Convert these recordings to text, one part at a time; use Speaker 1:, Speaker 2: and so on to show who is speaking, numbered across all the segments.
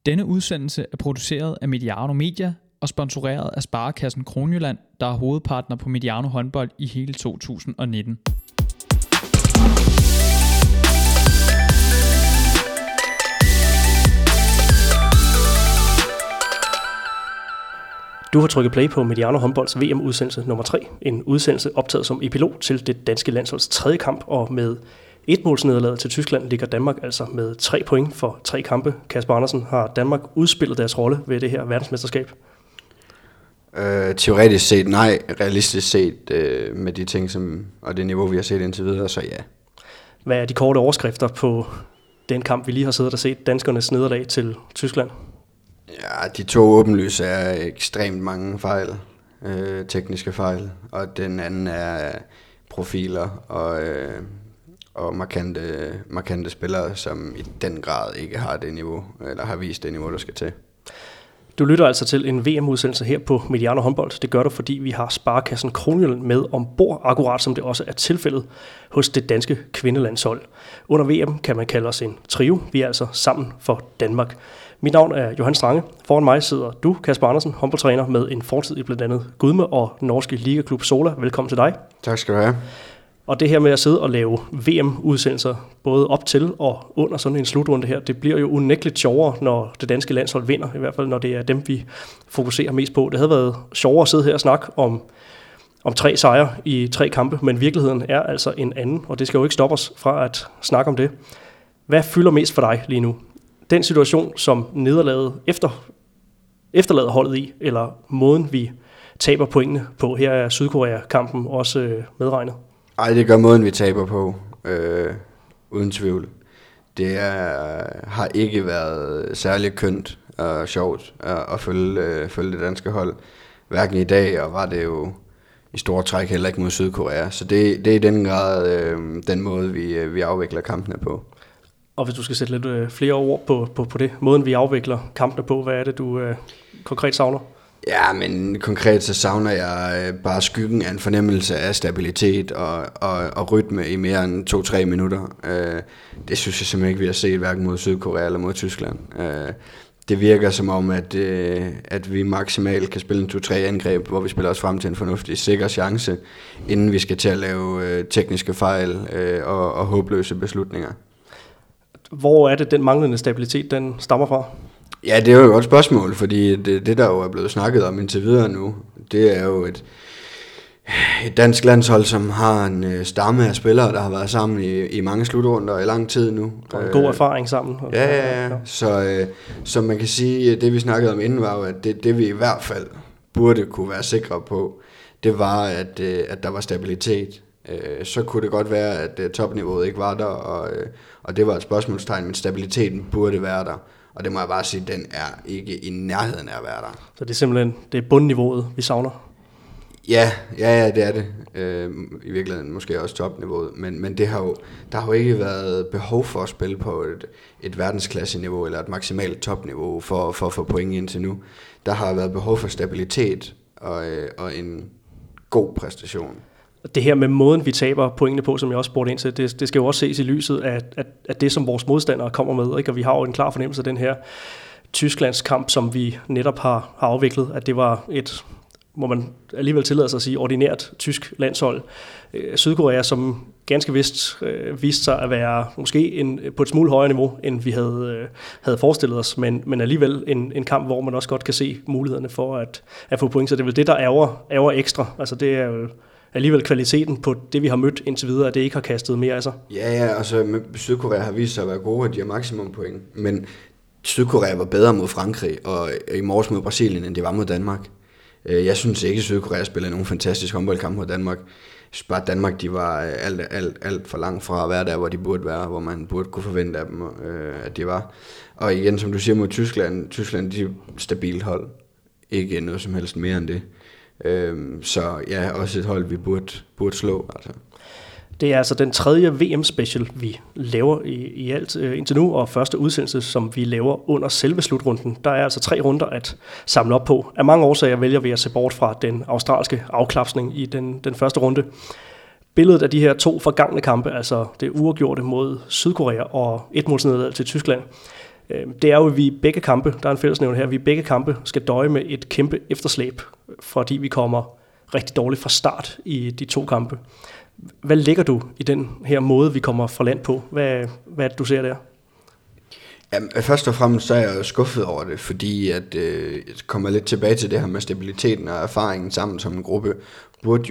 Speaker 1: Denne udsendelse er produceret af Mediano Media og sponsoreret af Sparekassen Kronjylland, der er hovedpartner på Mediano håndbold i hele 2019.
Speaker 2: Du har trykket play på Mediano håndbolds VM-udsendelse nummer 3. En udsendelse optaget som epilog til det danske landsholds tredje kamp, og med etmålsnederlaget til Tyskland ligger Danmark altså med 3 point for 3 kampe. Kasper Andersen, har Danmark udspillet deres rolle ved det her verdensmesterskab?
Speaker 3: Teoretisk set nej, realistisk set med de ting og det niveau vi har set indtil videre, så ja.
Speaker 2: Hvad er de korte overskrifter på den kamp, vi lige har siddet og set, danskernes nederlag til Tyskland?
Speaker 3: Ja, de to åbenlyse er ekstremt mange fejl, tekniske fejl, og den anden er profiler og markante spillere, som i den grad ikke har det niveau, eller har vist det niveau, der skal til.
Speaker 2: Du lytter altså til en VM-udsendelse her på Mediano håndbold. Det gør du, fordi vi har Sparekassen Kronjylland med ombord, akkurat som det også er tilfældet hos det danske kvindelandshold. Under VM kan man kalde os en trio. Vi er altså sammen for Danmark. Mit navn er Johan Strange. Foran mig sidder du, Kasper Andersen, håndboldtræner med en fortid i blandt andet Gudme og norske ligaklub Sola. Velkommen til dig.
Speaker 3: Tak skal du have.
Speaker 2: Og det her med at sidde og lave VM-udsendelser, både op til og under sådan en slutrunde her, det bliver jo unægteligt sjovere, når det danske landshold vinder, i hvert fald når det er dem, vi fokuserer mest på. Det havde været sjovere at sidde her og snakke om 3 sejre i 3 kampe, men virkeligheden er altså en anden, og det skal jo ikke stoppe os fra at snakke om det. Hvad fylder mest for dig lige nu? Den situation, som nederlaget efterlader holdet i, eller måden, vi taber pointene på? Her er Sydkorea-kampen også medregnet.
Speaker 3: Ej, det gør måden, vi taber på, uden tvivl. Det har ikke været særlig kønt og sjovt at følge det danske hold. Hverken i dag, og var det jo i store træk heller ikke mod Sydkorea. Så det er i den grad den måde, vi afvikler kampene på.
Speaker 2: Og hvis du skal sætte lidt flere ord på det, måden vi afvikler kampene på, hvad er det, du konkret savner?
Speaker 3: Ja, men konkret så savner jeg bare skyggen af en fornemmelse af stabilitet og rytme i mere end 2-3 minutter. Det synes jeg simpelthen ikke, vi har set hverken mod Sydkorea eller mod Tyskland. Det virker som om, at vi maksimalt kan spille en 2-3 angreb, hvor vi spiller os frem til en fornuftig, sikker chance, inden vi skal til at lave tekniske fejl og håbløse beslutninger.
Speaker 2: Hvor er det, den manglende stabilitet, den stammer fra?
Speaker 3: Ja, det er jo et godt spørgsmål, fordi det der jo er blevet snakket om indtil videre nu, det er jo et dansk landshold, som har en stamme af spillere, der har været sammen i mange slutrunder i lang tid nu.
Speaker 2: Og en god erfaring sammen.
Speaker 3: Ja. Så man kan sige, det vi snakkede om inden var jo, at det vi i hvert fald burde kunne være sikre på, det var, at der var stabilitet. Så kunne det godt være, at topniveauet ikke var der, og det var et spørgsmålstegn, men stabiliteten burde være der. Og det må jeg bare sige, den er ikke i nærheden af at være der.
Speaker 2: Så det er simpelthen bundniveauet, vi savner?
Speaker 3: Ja, det er det. I virkeligheden måske også topniveauet. Men der har jo ikke været behov for at spille på et verdensklasseniveau eller et maksimalt topniveau for at få point indtil nu. Der har været behov for stabilitet og en god præstation.
Speaker 2: Det her med måden, vi taber pointene på, som jeg også spurgte ind til, det skal jo også ses i lyset af det, som vores modstandere kommer med. Ikke? Og vi har jo en klar fornemmelse af den her Tysklands kamp, som vi netop har afviklet, at det var et, må man alligevel tillade sig at sige, ordinært tysk landshold. Sydkorea, som ganske vist viste sig at være måske på et smule højere niveau, end vi havde forestillet os, men alligevel en kamp, hvor man også godt kan se mulighederne for at få point. Så det er vel det, der ærger ekstra. Altså det er jo alligevel kvaliteten på det, vi har mødt indtil videre, at det ikke har kastet mere af sig.
Speaker 3: Ja, altså Sydkorea har vist sig at være gode, og de har maksimum point. Men Sydkorea var bedre mod Frankrig, og i morges mod Brasilien, end det var mod Danmark. Jeg synes ikke, at Sydkorea spillede nogen fantastisk håndboldkamp mod Danmark. Jeg synes bare, at Danmark de var alt for langt fra at være der, hvor de burde være, hvor man burde kunne forvente af dem, at de var. Og igen, som du siger mod Tyskland de er stabilt hold. Ikke noget som helst mere end det. Så ja, også et hold, vi burde slå. Altså.
Speaker 2: Det er altså den 3. VM-special, vi laver i alt indtil nu, og første udsendelse, som vi laver under selve slutrunden. Der er altså 3 runder at samle op på. Af mange årsager vælger vi at se bort fra den australske afklapsning i den første runde. Billedet af de her 2 forgangne kampe, altså det uafgjorte mod Sydkorea og etmålsnederlag til Tyskland, Det er jo, at vi i begge kampe, der er en fællesnævner her, vi i begge kampe skal døje med et kæmpe efterslæb, fordi vi kommer rigtig dårligt fra start i de 2 kampe. Hvad lægger du i den her måde, vi kommer fra land på? Hvad er det, du ser der?
Speaker 3: Jamen, først og fremmest så er jeg jo skuffet over det, fordi at kommer lidt tilbage til det her med stabiliteten og erfaringen sammen som en gruppe, burde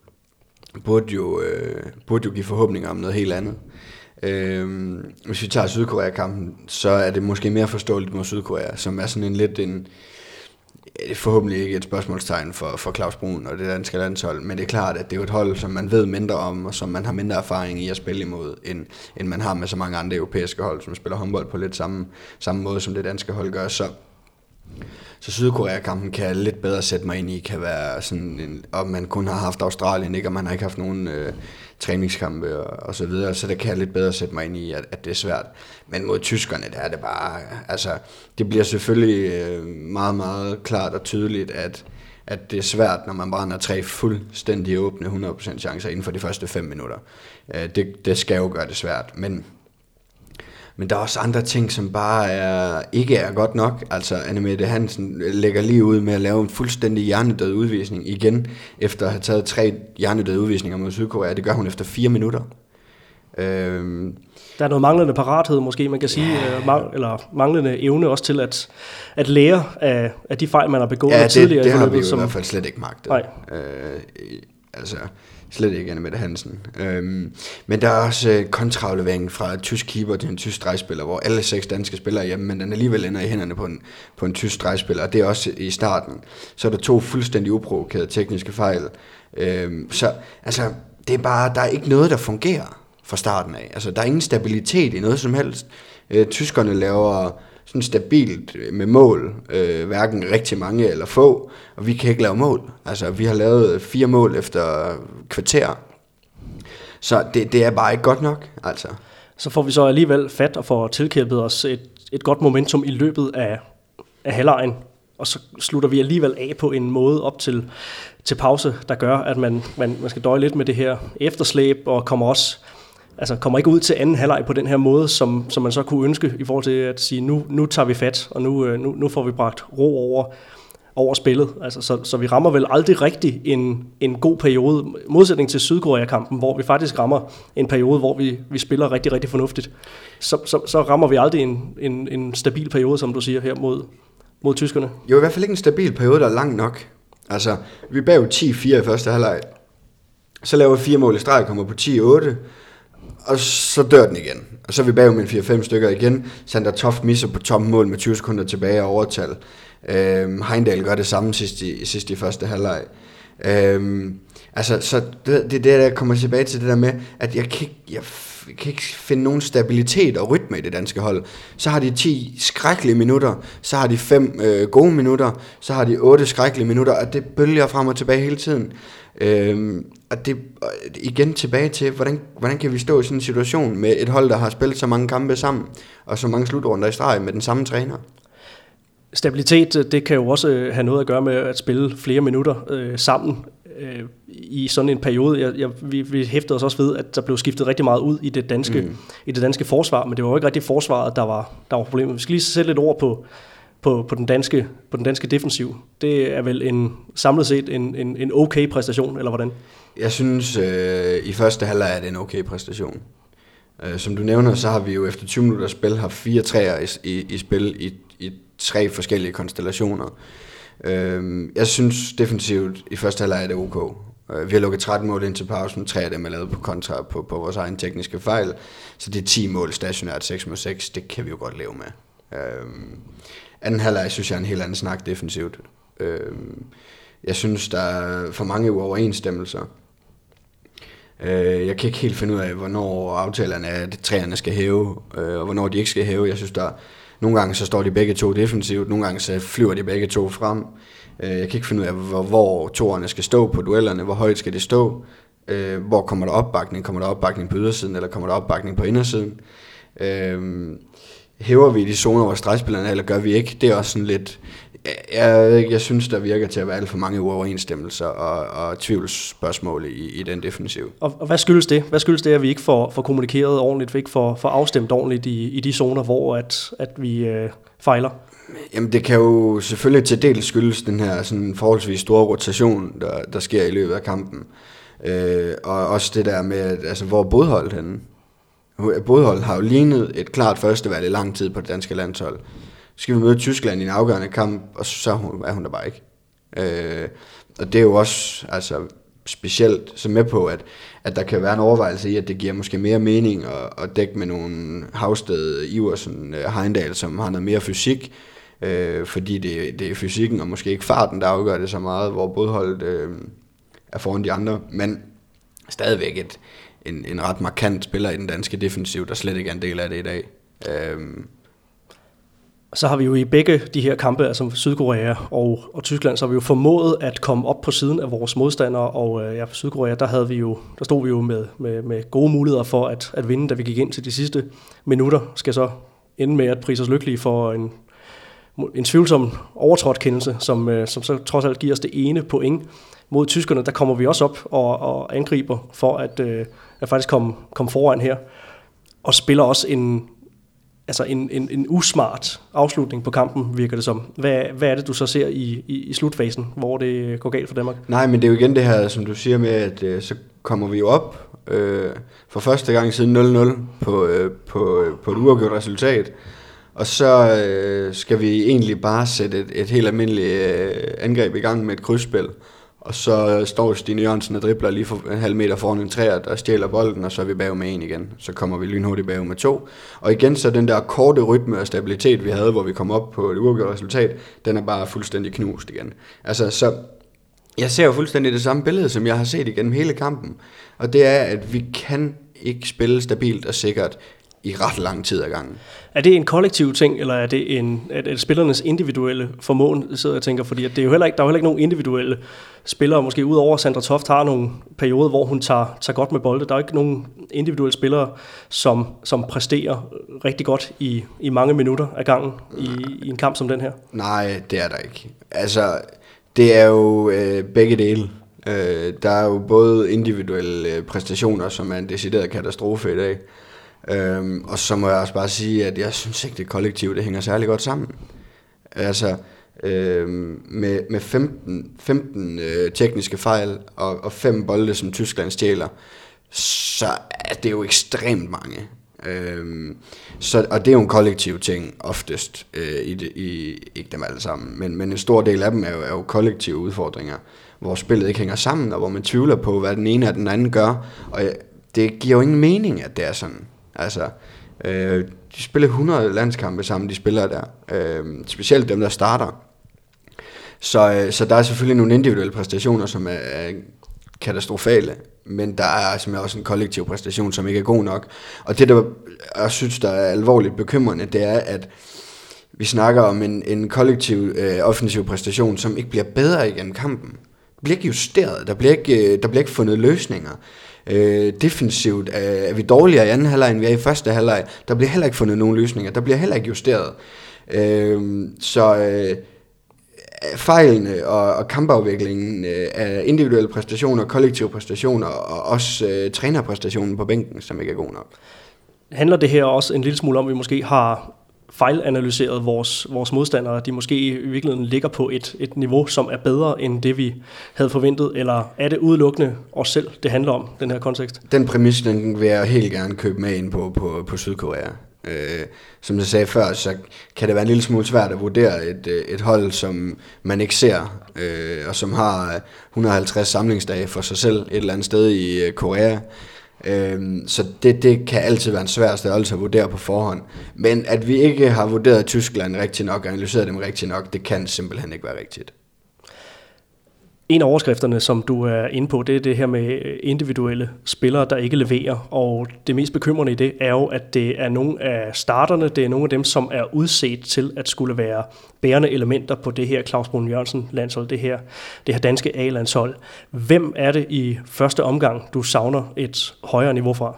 Speaker 3: jo give forhåbninger om noget helt andet. Hvis vi tager Sydkorea-kampen, så er det måske mere forståeligt mod Sydkorea, som er sådan forhåbentlig ikke et spørgsmålstegn for Claus Brun og det danske landshold, men det er klart, at det er et hold, som man ved mindre om, og som man har mindre erfaring i at spille imod, end man har med så mange andre europæiske hold, som spiller håndbold på lidt samme måde, som det danske hold gør. Så Sydkorea-kampen kan jeg lidt bedre sætte mig ind i, kan være sådan, og man kun har haft Australien, ikke, og man har ikke haft nogen træningskampe og så videre, så det kan jeg lidt bedre sætte mig ind i, at det er svært. Men mod tyskerne, der er det bare, altså, det bliver selvfølgelig meget, meget klart og tydeligt, at det er svært, når man brænder 3 fuldstændig åbne 100% chancer inden for de første 5 minutter. Det skal jo gøre det svært, men der er også andre ting, som bare ikke er godt nok. Altså, Anne-Mette Hansen lægger lige ud med at lave en fuldstændig hjernedød udvisning igen, efter at have taget 3 hjernedøde udvisninger mod Sydkorea. Det gør hun efter 4 minutter.
Speaker 2: Der er noget manglende parathed, måske man kan sige, eller manglende evne også til at lære af de fejl, man har begået tidligere.
Speaker 3: Det har vi jo i hvert fald slet ikke magtet. Altså, slet ikke Anne-Mette Hansen. Men der er også kontraafleveringen fra et tysk keeper til en tysk drejspiller, hvor alle 6 danske spillere er hjemme, men den alligevel ender i hænderne på en tysk drejspiller, og det er også i starten. Så er der 2 fuldstændig uprovokerede tekniske fejl. Så altså, det er bare, der er ikke noget, der fungerer fra starten af. Altså, der er ingen stabilitet i noget som helst. Tyskerne laver sådan stabilt med mål, hverken rigtig mange eller få, og vi kan ikke lave mål. Altså, vi har lavet 4 mål efter kvarter, så det er bare ikke godt nok, altså.
Speaker 2: Så får vi så alligevel fat og får tilkæmpet os et godt momentum i løbet af halvlegen, og så slutter vi alligevel af på en måde op til pause, der gør, at man skal døje lidt med det her efterslæb, og kommer ikke ud til anden halvleg på den her måde, som man så kunne ønske, i forhold til at sige, nu tager vi fat, og nu får vi bragt ro over spillet. Altså, så vi rammer vel aldrig rigtig en god periode, modsætning til Sydkorea-kampen, hvor vi faktisk rammer en periode, hvor vi spiller rigtig, rigtig fornuftigt. Så rammer vi aldrig en stabil periode, som du siger her mod tyskerne.
Speaker 3: Jo, i hvert fald ikke en stabil periode, der er lang nok. Altså, vi bag 10-4 i første halvleg. Så laver vi 4 mål i streg, kommer på 10-8, og så dør den igen. Og så er vi bag med 4-5 stykker igen. Sander Toft misser på toppen mål med 20 sekunder tilbage og overtal. Heindal gør det samme sidst i første halvleg. Altså, så det der kommer tilbage til det der med, at jeg kan ikke finde nogen stabilitet og rytme i det danske hold. Så har de 10 skrækkelige minutter, så har de 5 gode minutter, så har de 8 skrækkelige minutter, og det bølger frem og tilbage hele tiden. Og det igen tilbage til, hvordan kan vi stå i sådan en situation med et hold, der har spillet så mange kampe sammen, og så mange slutrunder i streg med den samme træner?
Speaker 2: Stabilitet, det kan jo også have noget at gøre med at spille flere minutter sammen i sådan en periode. Vi hæftede os også ved, at der blev skiftet rigtig meget ud i det danske forsvar, men det var jo ikke rigtig forsvaret, der var problemet. Vi skal lige sætte lidt ord på den danske defensiv. Det er vel samlet set en okay præstation, eller hvordan?
Speaker 3: Jeg synes, i første halvleg er det en okay præstation. Som du nævner, så har vi jo efter 20 minutter spil haft 4 træer i spil i 3 forskellige konstellationer. Jeg synes defensivt i første halvleg er det ok. Vi har lukket 13 mål ind til pausen, 3 af dem er lavet på kontra på vores egen tekniske fejl, så det er 10 mål stationært 6-6, det kan vi jo godt leve med. Anden halvleg synes jeg er en helt anden snak defensivt. Jeg synes, der er for mange uoverensstemmelser. Jeg kan ikke helt finde ud af, hvornår aftalerne er, at træerne skal hæve, og hvornår de ikke skal hæve. Jeg synes, nogle gange så står de begge to defensivt, nogle gange så flyver de begge to frem. Jeg kan ikke finde ud af, hvor toerne skal stå på duellerne, hvor højt skal de stå, hvor kommer der opbakning? Kommer der opbakning på ydersiden, eller kommer der opbakning på indersiden? Hæver vi de zoner, hvor stregspillerne er, eller gør vi ikke? Det er også sådan lidt Jeg synes, der virker til at være alt for mange uoverensstemmelser og tvivlsspørgsmål i den defensiv.
Speaker 2: Og hvad skyldes det? Hvad skyldes det, at vi ikke får kommunikeret ordentligt, vi ikke får afstemt ordentligt i de zoner, hvor at vi fejler?
Speaker 3: Jamen det kan jo selvfølgelig til dels skyldes den her sådan forholdsvis store rotation, der sker i løbet af kampen. Og også det der med, altså, hvor er Bodholdt henne? Bodholdt har jo lignet et klart førstevalg i lang tid på det danske landshold. Så skal vi møde Tyskland i en afgørende kamp, og så er hun der bare ikke. Og det er jo også altså, specielt så med på, at der kan være en overvejelse i, at det giver måske mere mening at dække med nogle Havsted, Iversen, Heindal, som har noget mere fysik, fordi det er fysikken og måske ikke farten, der afgør det så meget, hvor Bodholdt er foran de andre, men stadigvæk en ret markant spiller i den danske defensiv, der slet ikke er en del af det i dag.
Speaker 2: Så har vi jo i begge de her kampe, altså Sydkorea og Tyskland, så har vi jo formået at komme op på siden af vores modstandere, og for Sydkorea, der stod vi jo med gode muligheder for at vinde, da vi gik ind til de sidste minutter. Skal så ende med at prise os lykkelige for en tvivlsom overtrådt kendelse, som så trods alt giver os det ene point. Mod tyskerne, der kommer vi også op og angriber for at faktisk komme foran her, og spiller også en usmart afslutning på kampen, virker det som. Hvad er det, du så ser i slutfasen, hvor det går galt for Danmark?
Speaker 3: Nej, men det er jo igen det her, som du siger med, at så kommer vi jo op for første gang siden 0-0 på et uafgjort resultat, og så skal vi egentlig bare sætte et helt almindeligt angreb i gang med et krydsspil. Og så står Stine Jørgensen og dribler lige for en halv meter foran en træer, der stjæler bolden, og så er vi bagud med en igen. Så kommer vi lynhurtigt bagud med 2. Og igen så den der korte rytme og stabilitet, vi havde, hvor vi kom op på et uafgjort resultat, den er bare fuldstændig knust igen. Altså, så jeg ser jo fuldstændig det samme billede, som jeg har set igennem hele kampen. Og det er, at vi kan ikke spille stabilt og sikkert i ret lang tid ad gangen.
Speaker 2: Er det en kollektiv ting, eller er det spillernes individuelle formåen, sidder jeg tænker, fordi at det er jo der er jo heller ikke nogen individuelle spillere, måske udover Sandra Toft har nogle perioder, hvor hun tager godt med bolde. Der er ikke nogen individuelle spillere, som præsterer rigtig godt i mange minutter ad gangen i en kamp som den her.
Speaker 3: Nej, det er der ikke. Altså, det er jo begge dele. Der er jo både individuelle præstationer, som er en decideret katastrofe i dag, og så må jeg også bare sige, at jeg synes ikke, det kollektiv, det hænger særlig godt sammen. Altså, med 15 tekniske fejl og 5 bolde, som Tyskland stjæler, så er det jo ekstremt mange. Og det er jo en kollektiv ting oftest, ikke dem alle sammen, men en stor del af dem er jo kollektive udfordringer, hvor spillet ikke hænger sammen, og hvor man tvivler på, hvad den ene og den anden gør, og det giver jo ingen mening, at det er sådan. Altså, de spiller 100 landskampe sammen, de spiller der. Specielt dem, der starter. Så der er selvfølgelig nogle individuelle præstationer, som er katastrofale, men der er simpelthen også en kollektiv præstation, som ikke er god nok. Og det, der jeg synes, der er alvorligt bekymrende, det er, at vi snakker om en kollektiv offensiv præstation, som ikke bliver bedre igennem kampen. Det bliver ikke justeret, der bliver ikke fundet løsninger. Defensivt er vi dårligere i anden halvleg, end vi er i første halvleg. Der bliver heller ikke fundet nogen løsninger. Der bliver heller ikke justeret. Fejlene og kampafviklingen af individuelle præstationer, kollektive præstationer og også trænerpræstationen på bænken, som ikke er god nok.
Speaker 2: Handler det her også en lille smule om, at vi måske har fejlanalyseret vores modstandere, de måske i virkeligheden ligger på et niveau, som er bedre end det, vi havde forventet, eller er det udelukkende os selv, det handler om, den her kontekst?
Speaker 3: Den præmis, den vil jeg helt gerne købe med ind på Sydkorea. Som jeg sagde før, så kan det være en lille smule svært at vurdere et hold, som man ikke ser, og som har 150 samlingsdage for sig selv et eller andet sted i Korea. Så det kan altid være en svær størrelse at vurdere på forhånd. Men at vi ikke har vurderet Tyskland rigtig nok og analyseret dem rigtig nok, det kan simpelthen ikke være rigtigt.
Speaker 2: En af overskrifterne, som du er inde på, det er det her med individuelle spillere, der ikke leverer. Og det mest bekymrende i det er jo, at det er nogle af starterne, det er nogle af dem, som er udset til at skulle være bærende elementer på det her Claus Brun Jørgensen landshold, det her danske A-landshold. Hvem er det i første omgang, du savner et højere niveau fra?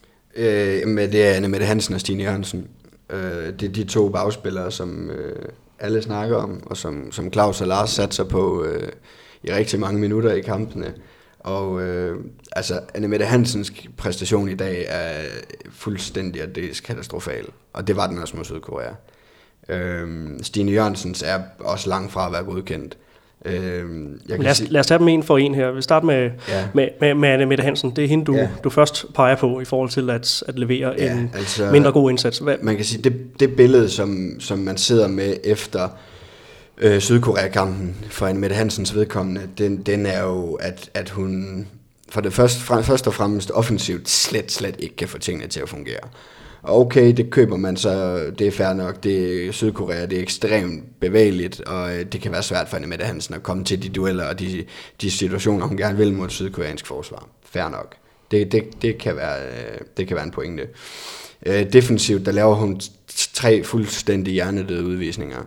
Speaker 3: Det er Anne Mette Hansen og Stine Jørgensen. Det er de to bagspillere, alle snakker om, og som Claus og Lars satser på i rigtig mange minutter i kampene. Og altså, Annemette Hansens præstation i dag er fuldstændig og det er katastrofal. Og det var den også mod Sydkorea. Stine Jørgensens er også langt fra at være godkendt.
Speaker 2: Lad os tage dem en for en her. Vi starter med Annemette Hansen. Det er hende, du først peger på i forhold til at levere en mindre god indsats.
Speaker 3: Man kan sige, det billede, som man sidder med efter Sydkorea-kampen for Annemette Hansens vedkommende, den er jo, at hun for det først og fremmest offensivt slet ikke kan få tingene til at fungere. Okay, det køber man så, det er fair nok, det er Sydkorea, det er ekstremt bevægeligt, og det kan være svært for Annemette Hansen at komme til de dueller og de situationer, hun gerne vil mod sydkoreansk forsvar. Fair nok. Det kan være en pointe. Defensivt, der laver hun 3 fuldstændig hjernedøde udvisninger,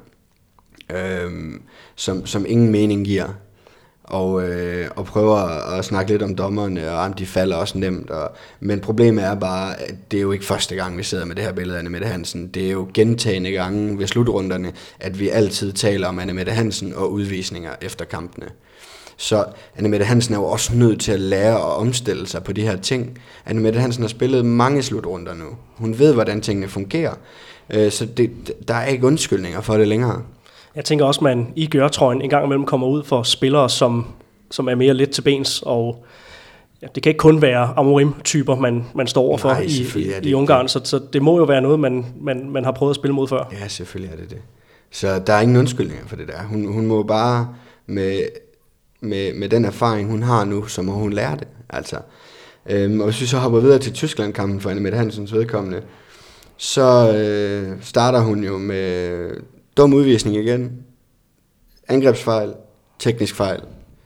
Speaker 3: som ingen mening giver. Og prøver at snakke lidt om dommerne, og de falder også nemt. Men problemet er bare, at det er jo ikke første gang, vi sidder med det her billede af Annemette Hansen. Det er jo gentagende gange ved slutrunderne, at vi altid taler om Annemette Hansen og udvisninger efter kampene. Så Annemette Hansen er jo også nødt til at lære at omstille sig på de her ting. Annemette Hansen har spillet mange slutrunder nu. Hun ved, hvordan tingene fungerer. Så der er ikke undskyldninger for det længere.
Speaker 2: Jeg tænker også, at man i gørtrøjen en gang imellem kommer ud for spillere, som er mere lidt til bens, og det kan ikke kun være Amorim-typer, man står overfor i Ungarn, så det må jo være noget, man har prøvet at spille mod før.
Speaker 3: Ja, selvfølgelig er det. Så der er ingen undskyldninger for det der. Hun må bare med den erfaring, hun har nu, så må hun lære det. Altså. Og hvis vi så hopper videre til Tyskland-kampen for Annemette Hansens vedkommende, så starter hun jo med dum udvisning igen, angrebsfejl, teknisk fejl,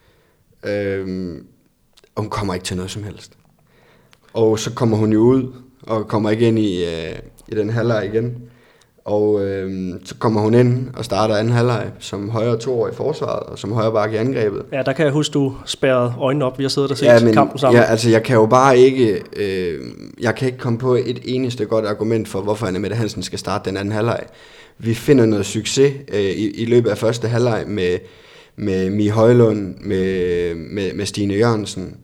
Speaker 3: og hun kommer ikke til noget som helst. Og så kommer hun jo ud, og kommer ikke ind i den halvleg igen. Og så kommer hun ind og starter anden halvleg som højre toer i forsvaret, og som højre bakke i angrebet.
Speaker 2: Ja, der kan jeg huske, du spærrede øjnene op, vi har siddet og set kampen sammen.
Speaker 3: Ja, altså jeg kan jo bare ikke, jeg kan ikke komme på et eneste godt argument for, hvorfor Annemette Hansen skal starte den anden halvleg. Vi finder noget succes i løbet af første halvleg med Mie Højlund, med Stine Jørgensen.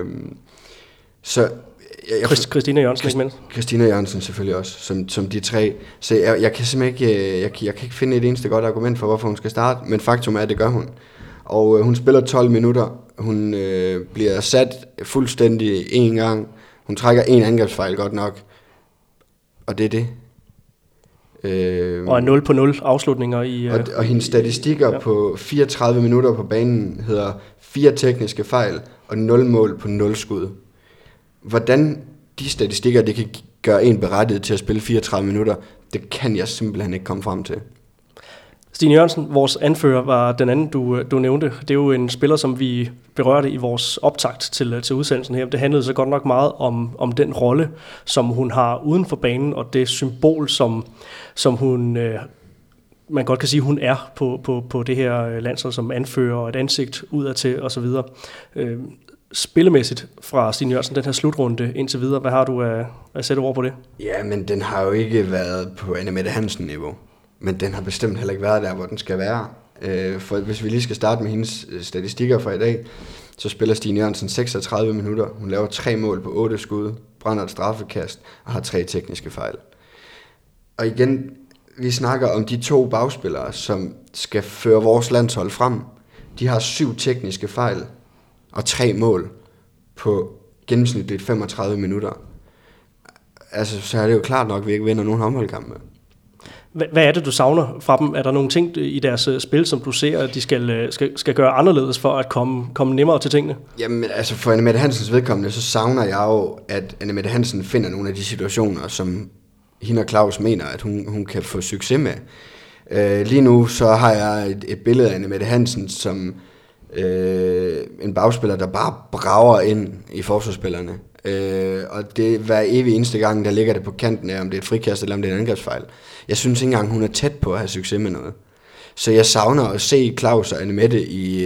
Speaker 2: Christina Jørgensen, ikke mindst.
Speaker 3: Christina Jørgensen selvfølgelig også, som de 3. Så jeg kan simpelthen ikke, jeg kan ikke finde et eneste godt argument for, hvorfor hun skal starte, men faktum er, at det gør hun. Og hun spiller 12 minutter, hun bliver sat fuldstændig en gang, hun trækker en angrebsfejl godt nok, og det er det.
Speaker 2: Og 0-0 afslutninger i...
Speaker 3: Og hendes statistikker på 34 minutter på banen hedder 4 tekniske fejl og 0 mål på 0 skud. Hvordan de statistikker, det kan gøre en berettiget til at spille 34 minutter, det kan jeg simpelthen ikke komme frem til.
Speaker 2: Stine Jørgensen, vores anfører, var den anden, du nævnte. Det er jo en spiller, som vi berørte i vores optakt til udsendelsen her. Det handlede så godt nok meget om den rolle, som hun har uden for banen, og det symbol, som hun... man godt kan sige, hun er på det her landshold som anfører og et ansigt udadtil osv. Spillemæssigt fra Stine Jørgensen, den her slutrunde indtil videre, hvad har du at sætte ord på det?
Speaker 3: Ja, men den har jo ikke været på Annemette Hansen-niveau. Men den har bestemt heller ikke været der, hvor den skal være. For hvis vi lige skal starte med hendes statistikker fra i dag, så spiller Stine Jørgensen 36 minutter. Hun laver 3 mål på 8 skud, brænder et straffekast og har 3 tekniske fejl. Og igen, vi snakker om de 2 bagspillere, som skal føre vores landshold frem. De har 7 tekniske fejl og 3 mål på gennemsnitligt 35 minutter. Altså, så er det jo klart nok, at vi ikke vinder nogen håndboldkampe.
Speaker 2: Hvad er det, du savner fra dem? Er der nogle ting i deres spil, som du ser, at de skal gøre anderledes for at komme nemmere til tingene?
Speaker 3: Jamen, altså for Annemette Hansens vedkommende, så savner jeg jo, at Annemette Hansen finder nogle af de situationer, som hende og Claus mener, at hun kan få succes med. Lige nu så har jeg et billede af Annemette Hansen som en bagspiller, der bare brager ind i forsvarsspillerne. Og det er hver evig eneste gang, der ligger det på kanten af, om det er et frikast eller om det er en angrebsfejl. Jeg synes ikke engang, hun er tæt på at have succes med noget. Så jeg savner at se Claus og Annemette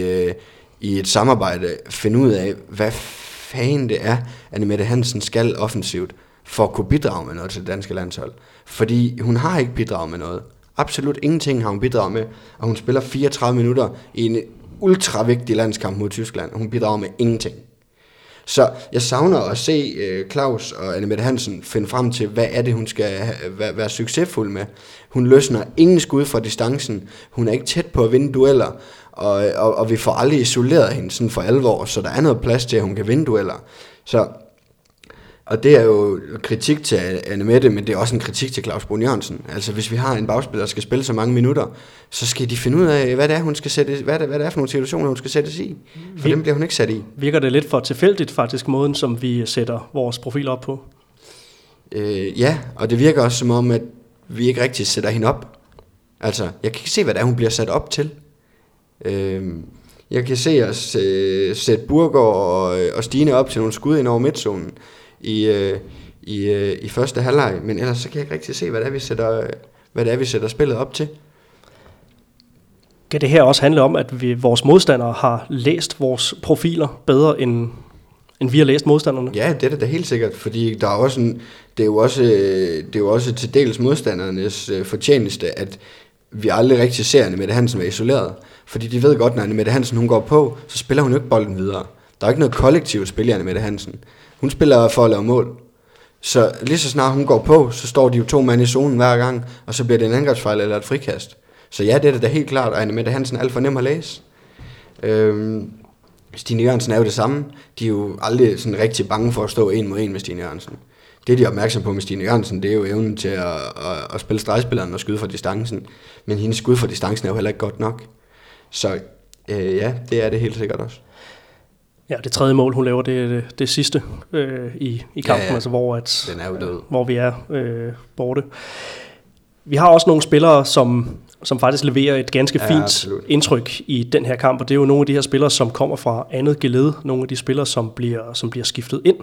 Speaker 3: i et samarbejde finde ud af, hvad fanden det er, Annemette Hansen skal offensivt for at kunne bidrage med noget til det danske landshold. Fordi hun har ikke bidraget med noget. Absolut ingenting har hun bidraget med, og hun spiller 34 minutter i en ultra vigtig landskamp mod Tyskland, og hun bidrager med ingenting. Så jeg savner at se Claus og Annemette Hansen finde frem til, hvad er det, hun skal være succesfuld med. Hun løsner ingen skud fra distancen, hun er ikke tæt på at vinde dueller, og vi får aldrig isoleret hende sådan for alvor, så der er noget plads til, at hun kan vinde dueller. Og det er jo kritik til Annemette, men det er også en kritik til Claus Brun Jørgensen. Altså hvis vi har en bagspiller, der skal spille så mange minutter, så skal de finde ud af, hvad det er, hun skal sætte, hvad det er for nogle situationer, hun skal sættes i. For dem bliver hun ikke sat i.
Speaker 2: Virker det lidt for tilfældigt faktisk, måden som vi sætter vores profil op på?
Speaker 3: Ja, og det virker også som om, at vi ikke rigtig sætter hende op. Altså, jeg kan ikke se, hvad det er, hun bliver sat op til. Jeg kan se os sætte Burgård og Stine op til nogle skud ind over midtzonen i første halvleg, men ellers så kan jeg ikke rigtig se, hvad det er, vi sætter spillet op til.
Speaker 2: Kan det her også handle om, at vores modstandere har læst vores profiler bedre, end vi har læst modstanderne?
Speaker 3: Ja, det er da helt sikkert, fordi der er også det er jo også til dels modstandernes fortjeneste, at vi aldrig rigtig ser Annemette Hansen være isoleret. Fordi de ved godt, når Annemette Hansen hun går på, så spiller hun jo ikke bolden videre. Der er ikke noget kollektivt spil i Annemette Hansen. Hun spiller for at lave mål. Så lige så snart hun går på, så står de jo 2 mand i zonen hver gang, og så bliver det en angrebsfejl eller et frikast. Så ja, det er da helt klart, at Annemette Hansen er alt for nem at læse. Stine Jørgensen er jo det samme. De er jo aldrig sådan rigtig bange for at stå 1 mod 1 med Stine Jørgensen. Det, de er opmærksom på med Stine Jørgensen, det er jo evnen til at spille stregspilleren og skyde fra distancen. Men hendes skud fra distancen er jo heller ikke godt nok. Så ja, det er det helt sikkert også.
Speaker 2: Ja, det tredje mål, hun laver, det sidste i kampen, ja. Altså
Speaker 3: den er jo død.
Speaker 2: Hvor vi er borte. Vi har også nogle spillere, som faktisk leverer et ganske fint indtryk i den her kamp, og det er jo nogle af de her spillere, som kommer fra andet geled, nogle af de spillere, som bliver skiftet ind.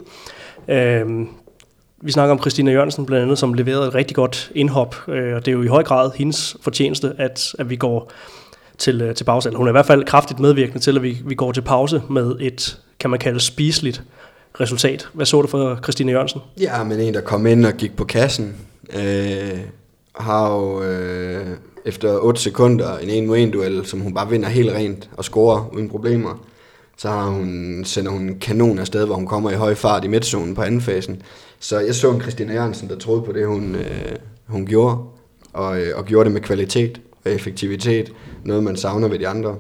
Speaker 2: Vi snakker om Christina Jørgensen blandt andet, som leverede et rigtig godt indhop, og det er jo i høj grad hendes fortjeneste, at vi går til pause. Hun er i hvert fald kraftigt medvirkende til, at vi går til pause med et, kan man kalde, spiseligt resultat. Hvad så du for Christina Jørgensen?
Speaker 3: Ja, men en, der kom ind og gik på kassen, har jo efter 8 sekunder en 1-mod-1-duel, som hun bare vinder helt rent og scorer uden problemer. Så sender hun en kanon afsted, hvor hun kommer i høj fart i midtzonen på anden fasen. Så jeg så en Christina Jørgensen, der troede på det, hun gjorde, og gjorde det med kvalitet og effektivitet, noget man savner ved de andre.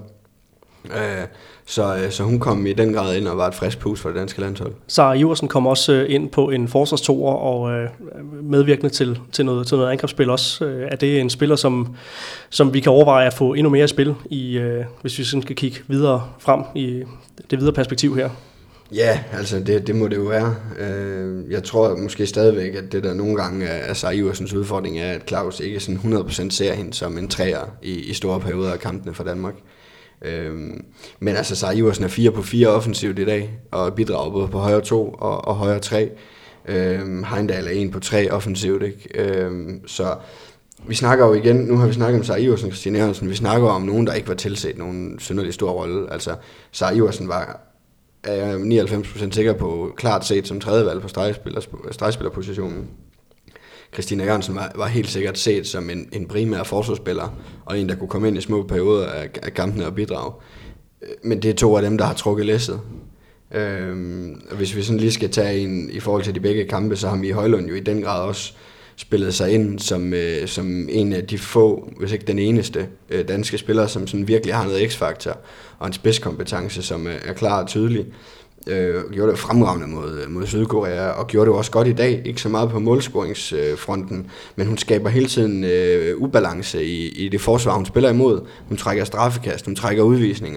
Speaker 3: Så hun kom i den grad ind og var et frisk pus for det danske landshold.
Speaker 2: Sara Iversen kom også ind på en forsvarstoer og medvirkende til noget angrebsspil også. Er det en spiller, som vi kan overveje at få endnu mere spil i, hvis vi sådan skal kigge videre frem i det videre perspektiv her?
Speaker 3: Ja, altså det må det jo være. Jeg tror måske stadigvæk, at det der nogle gange er Sara Iversens udfordring er, at Claus ikke sådan 100% ser hende som en træer i store perioder af kampene for Danmark. Men altså Sara Iversen er 4 på 4 offensivt i dag, og bidrager både på højre 2 og højre 3. Heindal er 1 på 3 offensivt, ikke? Så vi snakker jo igen, nu har vi snakket om Sara Iversen og Christina Jørgensen, vi snakker om nogen, der ikke var tilset nogen synderlig stor rolle. Altså Sara Iversen er jeg 99% sikker på klart set som tredje valg på stregspillerpositionen. Christina Jørgensen var helt sikkert set som en primær forsvarsspiller, og en, der kunne komme ind i små perioder af kampene og bidrage. Men det er 2 af dem, der har trukket læsset. Hvis vi sådan lige skal tage en i forhold til de begge kampe, så har Mie Højlund jo i den grad også spillet sig ind som en af de få, hvis ikke den eneste, danske spillere, som sådan virkelig har noget x-faktor og en spidskompetence, som er klar og tydelig. Gjorde det fremragende mod Sydkorea, og gjorde det også godt i dag. Ikke så meget på målscoringsfronten, men hun skaber hele tiden ubalance i det forsvar, hun spiller imod. Hun trækker straffekast, hun trækker udvisninger.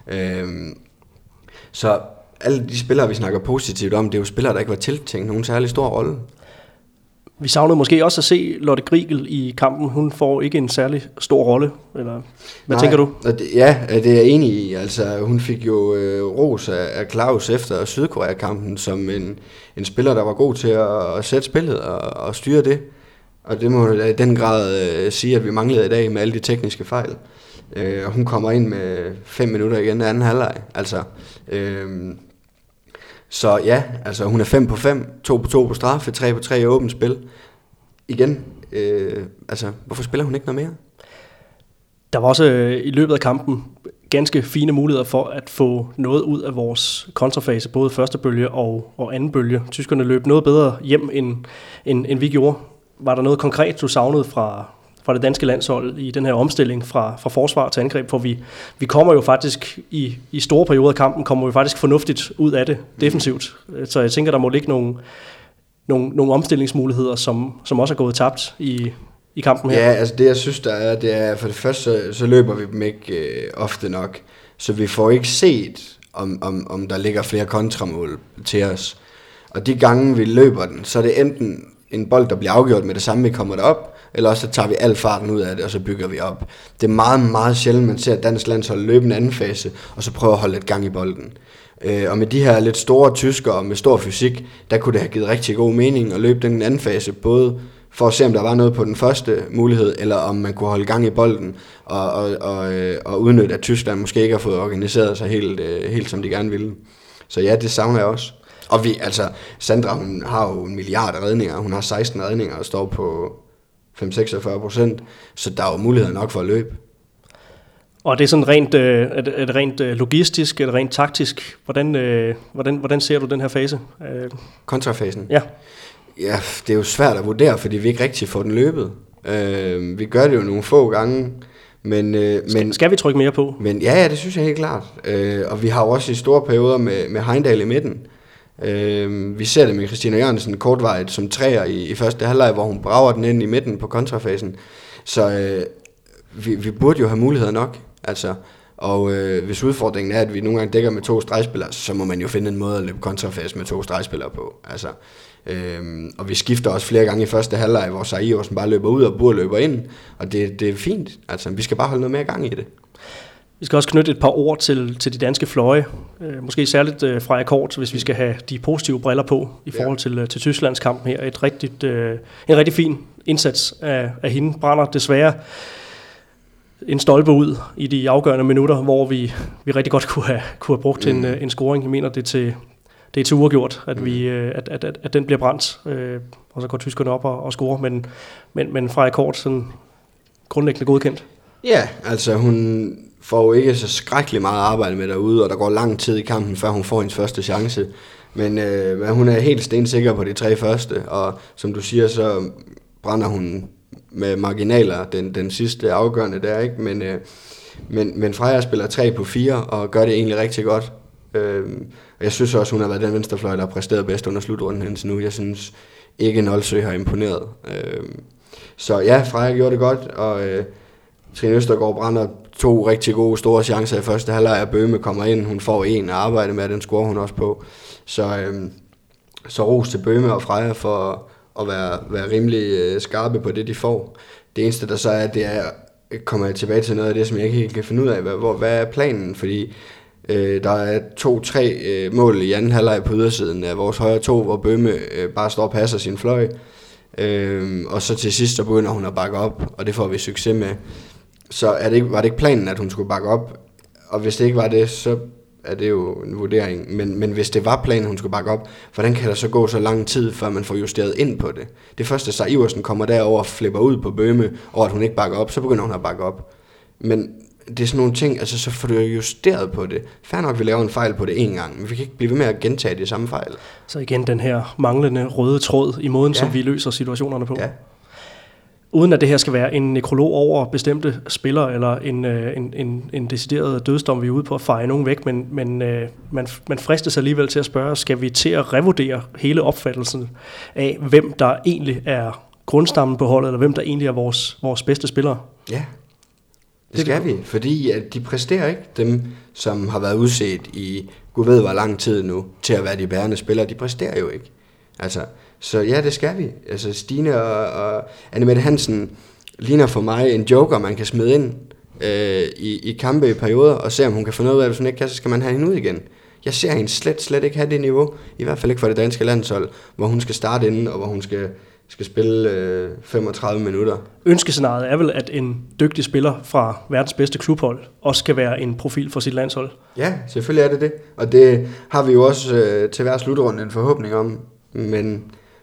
Speaker 3: Så alle de spillere, vi snakker positivt om, det er jo spillere, der ikke var tiltænkt nogen særlig stor rolle.
Speaker 2: Vi savnede måske også at se Lotte Griegel i kampen. Hun får ikke en særlig stor rolle. Eller hvad tænker du?
Speaker 3: Ja, det er jeg enig i. Altså, hun fik jo ros af Claus efter Sydkorea-kampen som en spiller, der var god til at sætte spillet og styre det. Og det må i den grad sige, at vi manglede i dag med alle de tekniske fejl. Hun kommer ind med 5 minutter igen af anden halvleg. Altså, så ja, altså hun er 5 på 5, 2 på 2 på straffe, 3 på 3 i åbent spil. Igen, hvorfor spiller hun ikke noget mere?
Speaker 2: Der var også i løbet af kampen ganske fine muligheder for at få noget ud af vores kontrafase, både første bølge og anden bølge. Tyskerne løb noget bedre hjem, end vi gjorde. Var der noget konkret, du savnede fra det danske landshold i den her omstilling fra forsvar til angreb? For vi kommer jo faktisk i store perioder af kampen, kommer vi faktisk fornuftigt ud af det defensivt. Så jeg tænker, der må ligge nogle omstillingsmuligheder, som også er gået tabt i kampen her.
Speaker 3: Ja, altså det jeg synes, det er for det første, så løber vi dem ikke ofte nok. Så vi får ikke set, om der ligger flere kontramål til os. Og de gange vi løber den, så er det enten en bold, der bliver afgjort med det samme, vi kommer derop, eller også så tager vi al farten ud af det, og så bygger vi op. Det er meget, meget sjældent, man ser dansk landshold løbe en anden fase, og så prøve at holde lidt gang i bolden. Og med de her lidt store tyskere med stor fysik, der kunne det have givet rigtig god mening at løbe den anden fase, både for at se, om der var noget på den første mulighed, eller om man kunne holde gang i bolden, og udnytte, at Tyskland måske ikke har fået organiseret sig helt som de gerne ville. Så ja, det savner jeg også. Og Sandra, hun har jo 1 milliard redninger, hun har 16 redninger og står på 5-46%, så der er jo muligheder nok for at løbe.
Speaker 2: Og det er sådan rent logistisk, eller rent taktisk. Hvordan ser du den her fase?
Speaker 3: Kontrafasen?
Speaker 2: Ja.
Speaker 3: Ja, det er jo svært at vurdere, fordi vi ikke rigtig får den løbet. Vi gør det jo nogle få gange, men
Speaker 2: skal vi trykke mere på?
Speaker 3: Men ja, det synes jeg helt klart. Og vi har jo også i store perioder med Heindal i midten. Vi ser det med Christina Jørgensen kortvarigt som træer i første halvleg, hvor hun brager den ind i midten på kontrafasen. Så vi burde jo have muligheder nok. Og hvis udfordringen er, at vi nogle gange dækker med 2 stregspillere, så må man jo finde en måde at løbe kontrafase med 2 stregspillere på. Og vi skifter også flere gange i første halvleg, hvor Saiorsen bare løber ud, og Bur løber ind, og det er fint. Vi skal bare holde noget mere gang i det.
Speaker 2: Vi skal også knytte et par ord til de danske fløje. Måske særligt fra Akkord, hvis vi skal have de positive briller på i forhold til Tysklands kampen her. En rigtig fin indsats af hende. Brænder desværre en stolpe ud i de afgørende minutter, hvor vi rigtig godt kunne have brugt en scoring. Jeg mener, det er til uafgjort, at den bliver brændt, og så går tyskerne op og scorer. Men fra Akkord sådan grundlæggende godkendt.
Speaker 3: Ja, hun får jo ikke så skrækkeligt meget arbejde med derude, og der går lang tid i kampen, før hun får hendes første chance. Men hun er helt stensikker på de 3 første, og som du siger, så brænder hun med marginaler den sidste afgørende der, ikke? Men Freja spiller 3 på 4 og gør det egentlig rigtig godt. Og jeg synes også, hun har været den venstrefløj, der har præsteret bedst under slutrunden indtil nu. Jeg synes ikke, Nolsø har imponeret. Så ja, Freja gjorde det godt, og Trine Østergaard brænder 2 rigtig gode store chancer i første halvleg, og Bøhme kommer ind. Hun får 1 at arbejde med, den scorer hun også på. Så ros til Bøhme og Freja for at være rimelig skarpe på det, de får. Det eneste, der så er, det er, kommer jeg tilbage til noget af det, som jeg ikke helt kan finde ud af. Hvad er planen? Fordi der er 2-3 mål i anden halvleg på ydersiden af vores højre 2, hvor Bøhme bare står og passer sin fløj. Og så til sidst, så begynder hun at bakke op, og det får vi succes med. Så var det ikke planen, at hun skulle bakke op? Og hvis det ikke var det, så er det jo en vurdering. Men hvis det var planen, hun skulle bakke op, hvordan kan der så gå så lang tid, før man får justeret ind på det? Det første, så Iversen kommer derover og flipper ud på Bøhme, og at hun ikke bakker op, så begynder hun at bakke op. Men det er sådan nogle ting, så får du justeret på det. Fair nok, vi laver en fejl på det en gang, men vi kan ikke blive ved med at gentage det samme fejl.
Speaker 2: Så igen den her manglende røde tråd i måden, som vi løser situationerne på. Ja. Uden at det her skal være en nekrolog over bestemte spillere, eller en decideret dødsdom, vi er ude på at feje nogen væk, men man fristes alligevel til at spørge, skal vi til at revurdere hele opfattelsen af, hvem der egentlig er grundstammen på holdet, eller hvem der egentlig er vores bedste spillere?
Speaker 3: Ja, det skal vi, fordi at de præsterer ikke, dem som har været udset i gud ved hvor lang tid nu, til at være de bærende spillere, de præsterer jo ikke. Så ja, det skal vi. Stine og Annemette Hansen ligner for mig en joker, man kan smide ind i kampe i perioder, og se om hun kan få noget af det, hvis hun ikke kan, så skal man have hende ud igen. Jeg ser hende slet ikke have det niveau, i hvert fald ikke for det danske landshold, hvor hun skal starte inden, og hvor hun skal spille 35 minutter.
Speaker 2: Ønskescenariet er vel, at en dygtig spiller fra verdens bedste klubhold også skal være en profil for sit landshold?
Speaker 3: Ja, selvfølgelig er det. Og det har vi jo også til hver slutrunde en forhåbning om. Men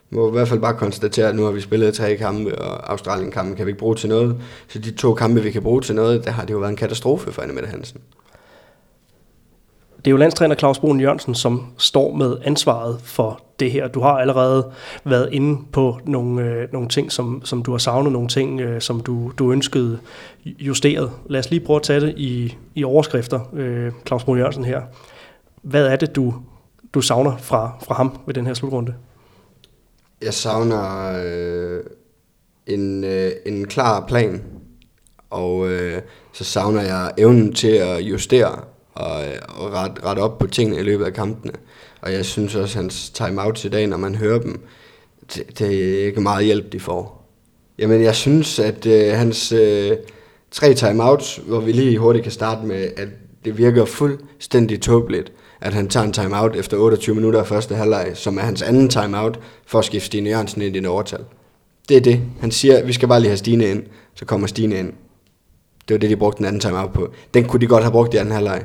Speaker 3: må i hvert fald bare konstatere, at nu har vi spillet 3 kampe, og Australien-kampen kan vi ikke bruge til noget. Så de 2 kampe, vi kan bruge til noget, der har det jo været en katastrofe for Anne Mette Hansen.
Speaker 2: Det er jo landstræner Claus Broen Jørgensen, som står med ansvaret for det her. Du har allerede været inde på nogle ting, som du har savnet, nogle ting, som du ønskede justeret. Lad os lige prøve at tage det i overskrifter, Claus Broen Jørgensen her. Hvad er det, du savner fra ham ved den her slutrunde?
Speaker 3: Jeg savner en klar plan, og så savner jeg evnen til at justere og rette op på tingene i løbet af kampene. Og jeg synes også, hans timeouts i dag, når man hører dem, det er ikke meget hjælp, de får. Jamen, jeg synes, at hans 3 timeouts, hvor vi lige hurtigt kan starte med, at det virker fuldstændig tåbeligt, at han tager en timeout efter 28 minutter af første halvleg, som er hans anden timeout, for at skifte Stine Jørgensen ind i en overtal. Det er det. Han siger, at vi skal bare lige have Stine ind, så kommer Stine ind. Det var det, de brugte den anden timeout på. Den kunne de godt have brugt i anden halvleg.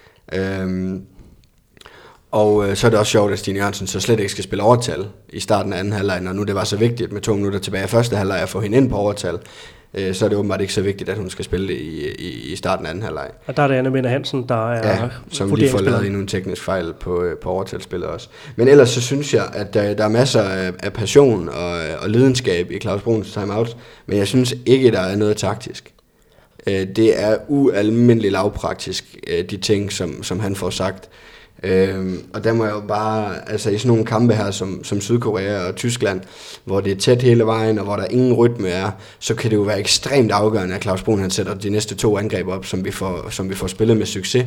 Speaker 3: Og så er det også sjovt, at Stine Jørgensen så slet ikke skal spille overtal i starten af anden halvleg, når nu det var så vigtigt med 2 minutter tilbage af første halvleg at få hende ind på overtal. Så er det åbenbart ikke så vigtigt, at hun skal spille det i starten af anden halvleg.
Speaker 2: Og der er det Anne Mette Hansen, der er
Speaker 3: som lige får lavet endnu en teknisk fejl på overtalsspillet også. Men ellers så synes jeg, at der er masser af passion og lidenskab i Claus Bruns timeout, men jeg synes ikke, der er noget taktisk. Det er ualmindeligt lavpraktisk, de ting, som han får sagt. Og der må jeg jo bare, altså i sådan nogle kampe her, som Sydkorea og Tyskland, hvor det er tæt hele vejen, og hvor der ingen rytme er, så kan det jo være ekstremt afgørende, at Claus Broen han sætter de næste 2 angreb op, som vi får spillet med succes.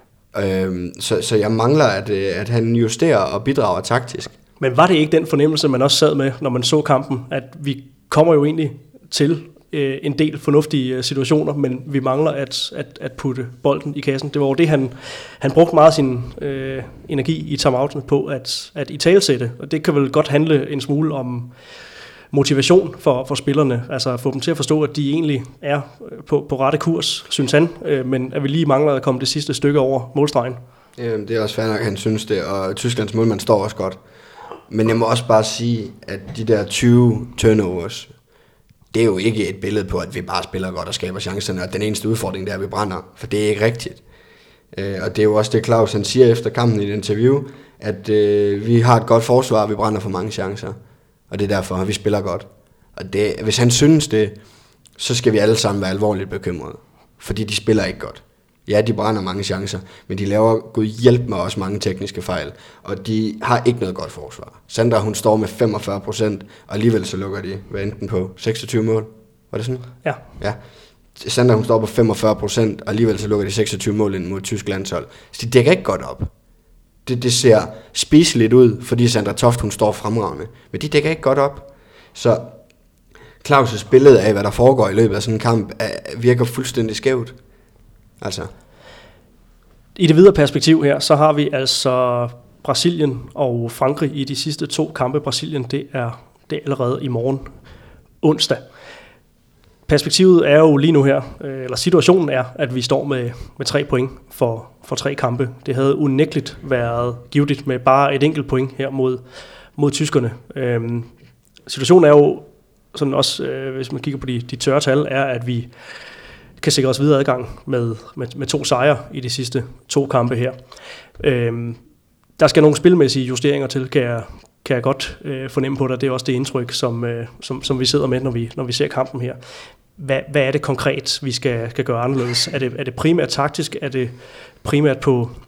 Speaker 3: Så jeg mangler, at han justerer og bidrager taktisk.
Speaker 2: Men var det ikke den fornemmelse, man også sad med, når man så kampen, at vi kommer jo egentlig til en del fornuftige situationer, men vi mangler at putte bolden i kassen. Det var jo det, han brugte meget af sin energi i timeoutene på at italesætte, og det kan vel godt handle en smule om motivation for spillerne, altså få dem til at forstå, at de egentlig er på rette kurs, synes han, men at vi lige mangler at komme det sidste stykke over målstregen.
Speaker 3: Det er også fair nok, han synes det, og Tysklands målmand står også godt. Men jeg må også bare sige, at de der 20 turnovers, det er jo ikke et billede på, at vi bare spiller godt og skaber chancerne, og den eneste udfordring, der er, at vi brænder, for det er ikke rigtigt. Og det er jo også det, Claus han siger efter kampen i et interview, at vi har et godt forsvar, og vi brænder for mange chancer, og det er derfor, at vi spiller godt. Og hvis han synes det, så skal vi alle sammen være alvorligt bekymrede, fordi de spiller ikke godt. Ja, de brænder mange chancer, men de laver gud hjælp med også mange tekniske fejl, og de har ikke noget godt forsvar. Sandra, hun står med 45%, og alligevel så lukker de, hvad enten på 26 mål. Var det sådan? Ja. Sandra, hun står på 45%, og alligevel så lukker de 26 mål ind mod tysk landshold. Så de dækker ikke godt op. Det ser spiseligt ud, fordi Sandra Toft, hun står fremragende, men de dækker ikke godt op. Så Claus' billede af, hvad der foregår i løbet af sådan en kamp, virker fuldstændig skævt. Altså.
Speaker 2: I det videre perspektiv her, så har vi altså Brasilien og Frankrig i de sidste 2 kampe. Brasilien, det er allerede i morgen onsdag. Perspektivet er jo lige nu her, eller situationen er, at vi står med 3 point for 3 kampe. Det havde unægteligt været givetigt med bare et enkelt point her mod tyskerne. Situationen er jo sådan også, hvis man kigger på de tørre tal, er, at vi kan sikre os videre adgang med 2 sejre i de sidste 2 kampe her. Der skal nogle spilmæssige justeringer til, kan jeg godt fornemme på dig. Det er også det indtryk, som vi sidder med, når vi ser kampen her. Hvad er det konkret, vi skal gøre anderledes? Er det primært taktisk? Er det primært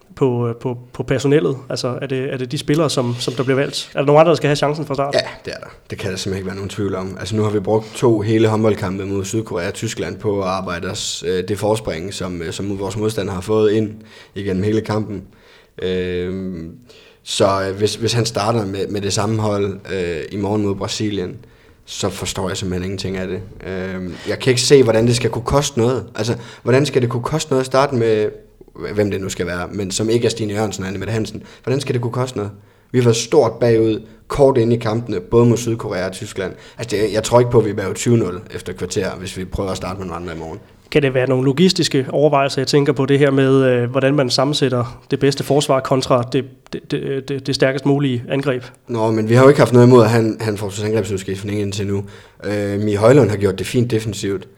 Speaker 2: på personellet? Altså er det de spillere, som der bliver valgt? Er der nogen andre, der skal have chancen fra start?
Speaker 3: Ja, det er der. Det kan der simpelthen ikke være nogen tvivl om. Altså nu har vi brugt 2 hele håndboldkampe mod Sydkorea og Tyskland på at arbejde os det forspring, som vores modstander har fået ind igennem hele kampen. Så hvis han starter med det samme hold i morgen mod Brasilien, så forstår jeg simpelthen ingenting af det. Jeg kan ikke se, hvordan det skal kunne koste noget. Altså, hvordan skal det kunne koste noget at starte med, hvem det nu skal være, men som ikke er Stine Jørgensen og Anne Mette Hansen. Hvordan skal det kunne koste noget? Vi har været stort bagud, kort inde i kampene, både mod Sydkorea og Tyskland. Altså, jeg tror ikke på, at vi er bag 20-0 efter kvarter, hvis vi prøver at starte med nogle andre i morgen.
Speaker 2: Kan det være nogle logistiske overvejelser? Jeg tænker på det her med, hvordan man sammensætter det bedste forsvar kontra det stærkest mulige angreb.
Speaker 3: Nå, men vi har jo ikke haft noget imod, at han får angrebsudskiftning indtil nu. Mie Højlund har gjort det fint defensivt.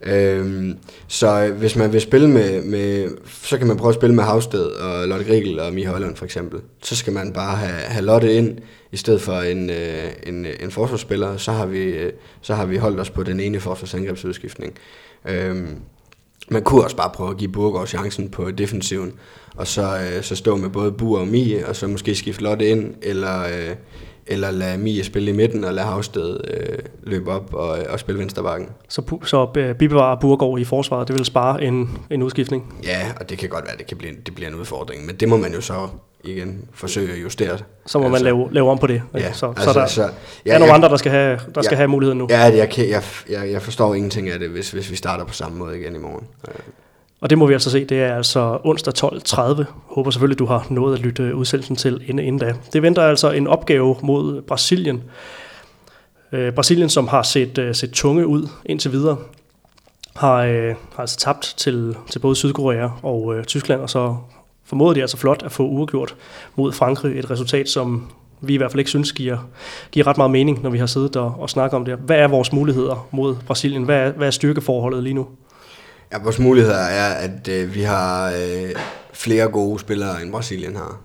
Speaker 3: Så hvis man vil spille med så kan man prøve at spille med Havsted og Lotte Grigel og Mie Højlund for eksempel. Så skal man bare have Lotte ind i stedet for en forsvarsspiller. Så har vi holdt os på den ene forsvarsangrebsudskiftning. Man kunne også bare prøve at give Burgård chancen på defensiven, og så stå med både Bur og Mie, og så måske skifte Lotte ind, eller lade Mie spille i midten, og lade Havsted løbe op og spille venstrebakken.
Speaker 2: Så bibevare Burgård i forsvaret, det vil spare en udskiftning?
Speaker 3: Ja, og det kan godt være, det bliver en udfordring, men det må man jo så igen forsøge at justere.
Speaker 2: Så må man lave om på det.
Speaker 3: Ja,
Speaker 2: så der er nogle andre, der skal have muligheden nu.
Speaker 3: Ja, jeg forstår ingenting af det, hvis vi starter på samme måde igen i morgen.
Speaker 2: Og det må vi altså se, det er altså onsdag 12.30. Håber selvfølgelig, du har nået at lytte udsendelsen til inden da. Det venter altså en opgave mod Brasilien. Brasilien, som har set tunge ud indtil videre, har altså tabt til både Sydkorea og Tyskland, og så formåede de altså flot at få uafgjort mod Frankrig. Et resultat, som vi i hvert fald ikke synes giver ret meget mening, når vi har siddet og snakket om det. Hvad er vores muligheder mod Brasilien? Hvad er styrkeforholdet lige nu?
Speaker 3: Ja, vores muligheder er, at vi har flere gode spillere, end Brasilien har.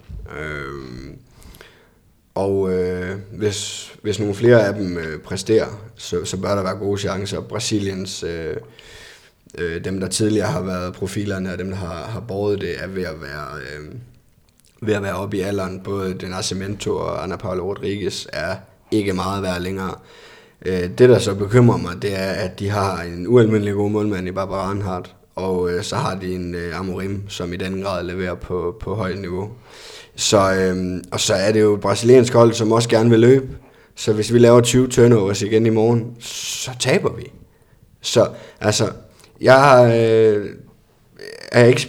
Speaker 3: Hvis nogle flere af dem præsterer, så bør der være gode chancer. Brasiliens, dem der tidligere har været profilerne, og dem der har båret det, er ved at være oppe i alderen. Både Den Nascimento og Ana Paula Rodriguez er ikke meget værd længere. Det, der så bekymrer mig, det er, at de har en ualmindelig god målmand i Barbara Reinhardt, og så har de en Amorim, som i den grad leverer på højt niveau. Og så er det jo et brasiliansk hold, som også gerne vil løbe. Så hvis vi laver 20 turnovers igen i morgen, så taber vi. Så altså, jeg er ikke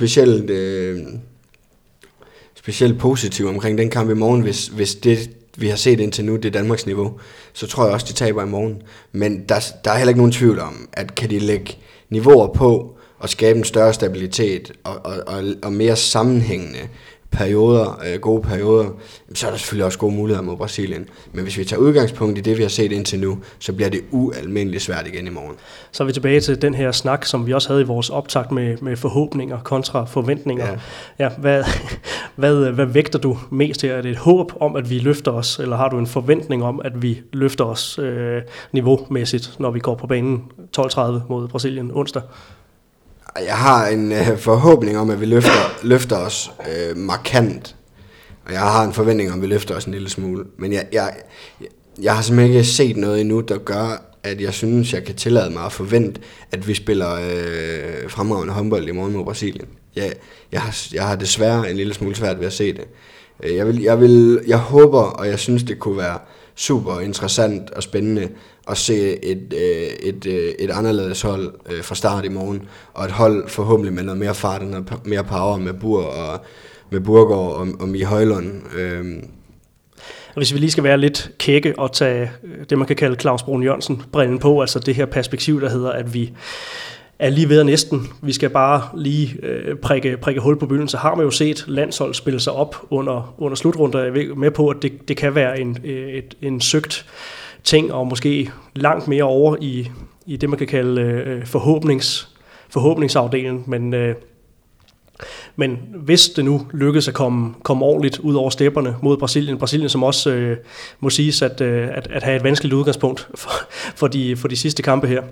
Speaker 3: specielt positiv omkring den kamp i morgen, hvis det vi har set indtil nu, det er Danmarks niveau, så tror jeg også, de taber i morgen. Men der er heller ikke nogen tvivl om, at kan de lægge niveauer på og skabe en større stabilitet og mere sammenhængende perioder, gode perioder, så er der selvfølgelig også gode muligheder mod Brasilien. Men hvis vi tager udgangspunkt i det, vi har set indtil nu, så bliver det ualmindeligt svært igen i morgen.
Speaker 2: Så er vi tilbage til den her snak, som vi også havde i vores optakt med forhåbninger kontra forventninger. Ja, hvad vægter du mest her? Er det et håb om, at vi løfter os, eller har du en forventning om, at vi løfter os niveaumæssigt, når vi går på banen 12.30 mod Brasilien onsdag?
Speaker 3: Jeg har en forhåbning om, at vi løfter os markant, og jeg har en forventning om, at vi løfter os en lille smule. Men jeg har simpelthen ikke set noget endnu, der gør, at jeg synes, jeg kan tillade mig at forvente, at vi spiller fremragende håndbold i morgen mod Brasilien. Jeg har desværre en lille smule svært ved at se det. Jeg håber, og jeg synes, det kunne være super interessant og spændende at se et anderledes hold fra start i morgen, og et hold forhåbentlig med noget mere fart og noget mere power med Burgård og Mie Højlund.
Speaker 2: Hvis vi lige skal være lidt kække og tage det, man kan kalde Claus Brun Jørgensen brillen på, altså det her perspektiv, der hedder, at vi er lige ved at næsten. Vi skal bare lige prikke hul på bylden. Så har man jo set landshold spille sig op under slutrunder. Jeg er med på, at det kan være en søgt ting, og måske langt mere over i det, man kan kalde forhåbningsafdelingen. Men hvis det nu lykkes at komme ordentligt ud over stepperne mod Brasilien som også må siges at have et vanskeligt udgangspunkt for de sidste kampe her,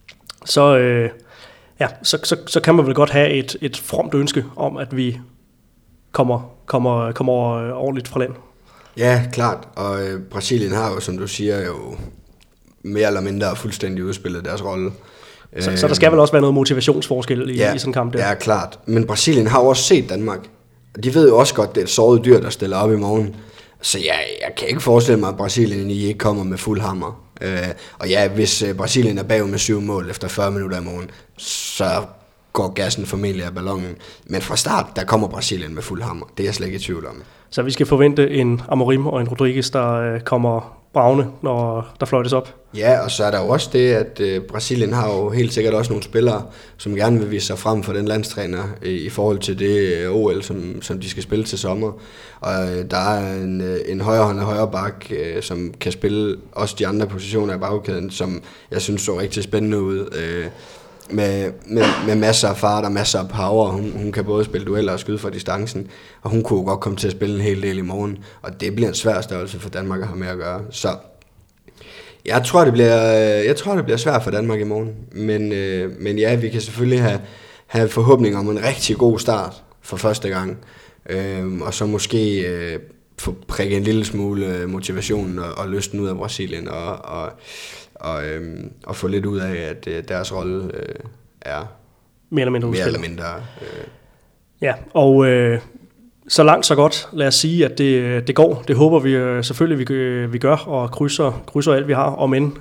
Speaker 2: så kan man vel godt have et fromt ønske om, at vi kommer ordentligt fra land.
Speaker 3: Ja, klart. Og Brasilien har jo, som du siger, jo mere eller mindre fuldstændig udspillet deres rolle.
Speaker 2: Så der skal vel også være noget motivationsforskel i sådan en kamp der?
Speaker 3: Ja, klart. Men Brasilien har jo også set Danmark. De ved jo også godt, det er et såret dyr, der stiller op i morgen. Så jeg kan ikke forestille mig, at Brasilien ikke kommer med fuld hammer. Og ja, hvis Brasilien er bagud med 7 mål efter 40 minutter i morgen, så går gassen formentlig af ballonen. Men fra start, der kommer Brasilien med fuld hammer. Det er jeg slet ikke i tvivl om.
Speaker 2: Så vi skal forvente en Amorim og en Rodriguez, der kommer bragende, når der fløjtes op.
Speaker 3: Ja, og så er der jo også det, at Brasilien har jo helt sikkert også nogle spillere, som gerne vil vise sig frem for den landstræner i forhold til det OL, som de skal spille til sommer. Og der er en højrehånd og højre bak, som kan spille også de andre positioner i bagkæden, som jeg synes så rigtig spændende ud. Med masser af fart og masser af power. Hun kan både spille dueller og skyde fra distancen, og hun kunne godt komme til at spille en hel del i morgen. Og det bliver en svær størrelse for Danmark at have med at gøre. Så jeg tror, det bliver svært for Danmark i morgen. Men ja, vi kan selvfølgelig have forhåbninger om en rigtig god start for første gang. Og så måske få prikket en lille smule motivationen og lysten ud af Brasilien og få lidt ud af, at deres rolle er
Speaker 2: mere eller mindre udspillet.
Speaker 3: Ja,
Speaker 2: og så langt så godt. Lad os sige, at det går. Det håber vi selvfølgelig, vi gør, og krydser alt, vi har, om end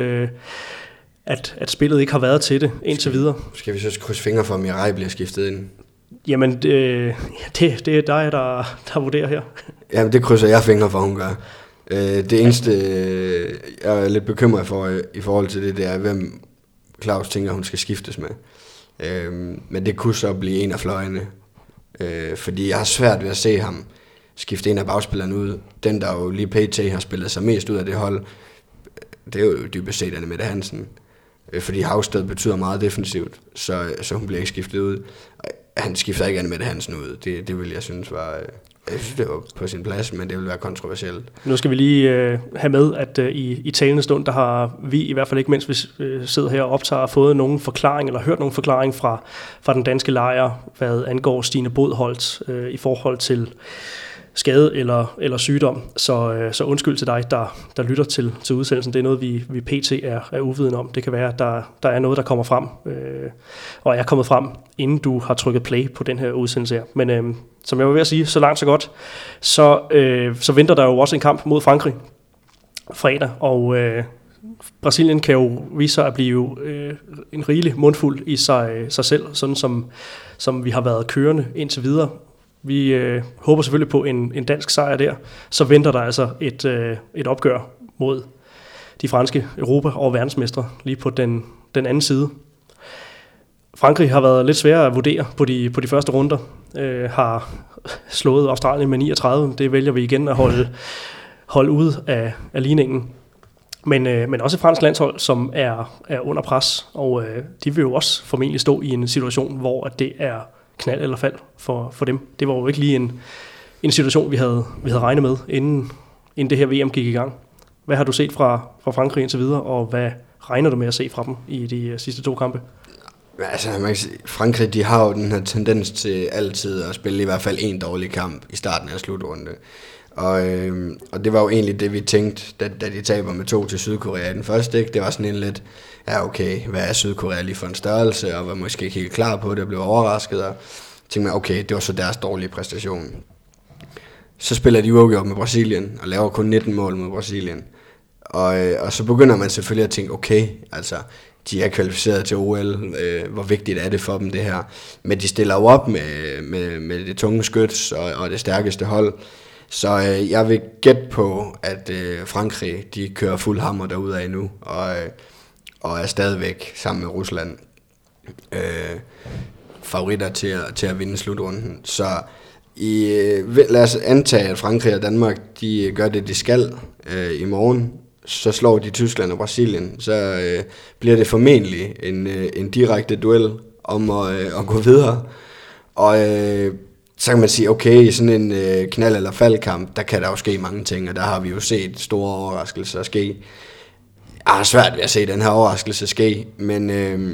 Speaker 2: at spillet ikke har været til det indtil videre.
Speaker 3: Skal vi så krydse fingre for, om Mirai bliver skiftet ind?
Speaker 2: Jamen, det er dig, der vurderer her.
Speaker 3: Jamen, det krydser jeg fingre for, hun gør. Det eneste, jeg er lidt bekymret for i forhold til det er, hvem Claus tænker, hun skal skiftes med. Men det kunne så blive en af fløjene. Fordi jeg har svært ved at se ham skifte en af bagspillerne ud. Den, der jo lige pt. Har spillet sig mest ud af det hold, det er jo dybest set Anne Mette Hansen. Fordi Havsted betyder meget defensivt, så hun bliver ikke skiftet ud. Han skifter ikke Anne Mette Hansen ud. Det vil jeg synes var... Jeg synes, det var på sin plads, men det vil være kontroversielt.
Speaker 2: Nu skal vi lige have med, at i talende stund, der har vi i hvert fald ikke, mens vi sidder her og optager, fået nogen forklaring, eller hørt nogen forklaring fra den danske lejr, hvad angår Stine Bodholt i forhold til skade eller sygdom. Så undskyld til dig, der lytter til udsendelsen. Det er noget, vi pt. er uviden om. Det kan være, at der er noget, der kommer frem, og er kommet frem, inden du har trykket play på den her udsendelse her. Men som jeg var ved at sige, så langt så godt, så venter der jo også en kamp mod Frankrig fredag, og Brasilien kan jo vise sig at blive en rigelig mundfuld i sig selv, sådan som vi har været kørende indtil videre. Vi håber selvfølgelig på en dansk sejr der. Så venter der altså et opgør mod de franske Europa- og verdensmestre lige på den anden side. Frankrig har været lidt sværere at vurdere på de første runder. Har slået Australien med 39. Det vælger vi igen at holde ude af ligningen. Men også et fransk landshold, som er under pres. Og de vil jo også formentlig stå i en situation, hvor det er knald eller fald for dem. Det var jo ikke lige en situation, vi havde regnet med, inden det her VM gik i gang. Hvad har du set fra Frankrig indtil videre, og hvad regner du med at se fra dem i de sidste 2 kampe?
Speaker 3: Altså, man kan sige, Frankrig, de har jo den her tendens til altid at spille i hvert fald en dårlig kamp i starten af slutrunde. Og det var jo egentlig det, vi tænkte, da de taber med 2 til Sydkorea i den første, ikke? Det var sådan en lidt, ja okay, hvad er Sydkorea lige for en størrelse, og var måske ikke helt klar på det, og blev overrasket, og tænkte man, okay, det var så deres dårlige præstation. Så spiller de uafgjort med Brasilien, og laver kun 19 mål mod Brasilien. Og så begynder man selvfølgelig at tænke, okay, altså, de er kvalificeret til OL, hvor vigtigt er det for dem det her. Men de stiller jo op med det tunge skyts og det stærkeste hold. Så jeg vil gætte på, at Frankrig, de kører fuld hammer derudad nu, og er stadigvæk sammen med Rusland favoritter til at vinde slutrunden. Så lad os antage, at Frankrig og Danmark, de gør det, de skal i morgen. Så slår de Tyskland og Brasilien, så bliver det formentlig en direkte duel om at gå videre. Og så kan man sige, okay, i sådan en knald- eller faldkamp, der kan der jo ske mange ting, og der har vi jo set store overraskelser ske. Jeg har svært ved at se den her overraskelse ske, men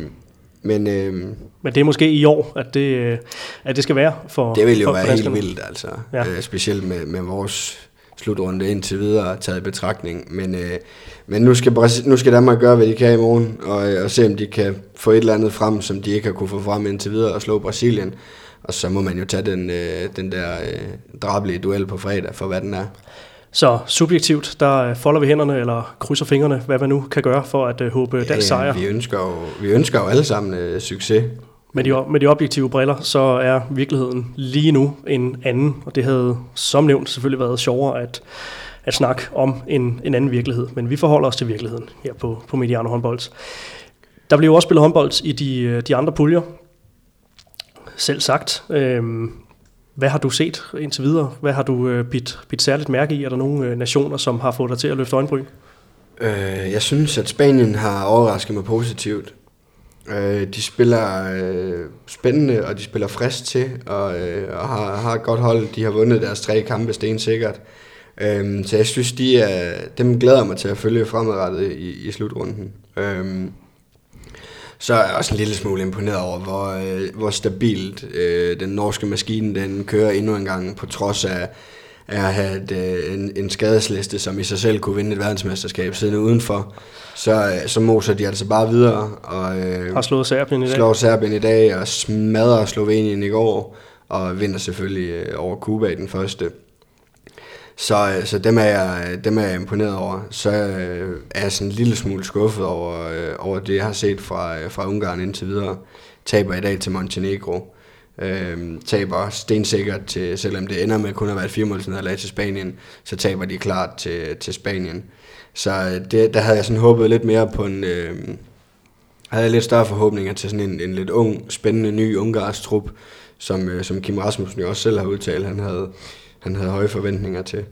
Speaker 2: det er måske i år, at det skal være for.
Speaker 3: Det vil jo være helt vildt, altså. Ja. Specielt med vores slutrunde indtil videre taget i betragtning. Men nu skal Danmark gøre, hvad de kan i morgen, og se, om de kan få et eller andet frem, som de ikke har kunne få frem indtil videre, og slå Brasilien. Og så må man jo tage den der drabelige duel på fredag, for hvad den er.
Speaker 2: Så subjektivt, der folder vi hænderne eller krydser fingrene, hvad man nu kan gøre for at håbe dansk sejr.
Speaker 3: Vi ønsker jo alle sammen succes.
Speaker 2: Med de objektive briller, så er virkeligheden lige nu en anden, og det havde som nævnt selvfølgelig været sjovere at snakke om en anden virkelighed. Men vi forholder os til virkeligheden her på Mediano Håndbold. Der bliver jo også spillet håndbold i de andre puljer. Selv sagt. Hvad har du set indtil videre? Hvad har du bidt særligt mærke i? Er der nogle nationer, som har fået dig til at løfte øjenbryn?
Speaker 3: Jeg synes, at Spanien har overrasket mig positivt. De spiller spændende, og de spiller frisk til, og har et godt hold. De har vundet deres 3 kampe stensikkert. Så jeg synes, dem glæder mig til at følge fremadrettet i slutrunden. Så er jeg også en lille smule imponeret over, hvor stabilt den norske maskine den kører endnu en gang, på trods af at have en skadesliste, som i sig selv kunne vinde et verdensmesterskab siddende udenfor. Så moser de altså bare videre. Og
Speaker 2: har slået Serbien i dag.
Speaker 3: Slår Serbien i dag og smadrer Slovenien i går, og vinder selvfølgelig over Cuba i den første. Så dem er jeg imponeret over. Så er jeg sådan en lille smule skuffet over det, jeg har set fra Ungarn indtil videre. Taber i dag til Montenegro. Taber stensikkert til, selvom det ender med kun at være et 4-målsnederlag til Spanien, så taber de klart til Spanien. Så der havde jeg sådan håbet lidt mere på havde jeg lidt større forhåbninger til sådan en lidt ung, spændende, ny ungarsk trup, som Kim Rasmussen jo også selv har udtalt, han havde høje forventninger til.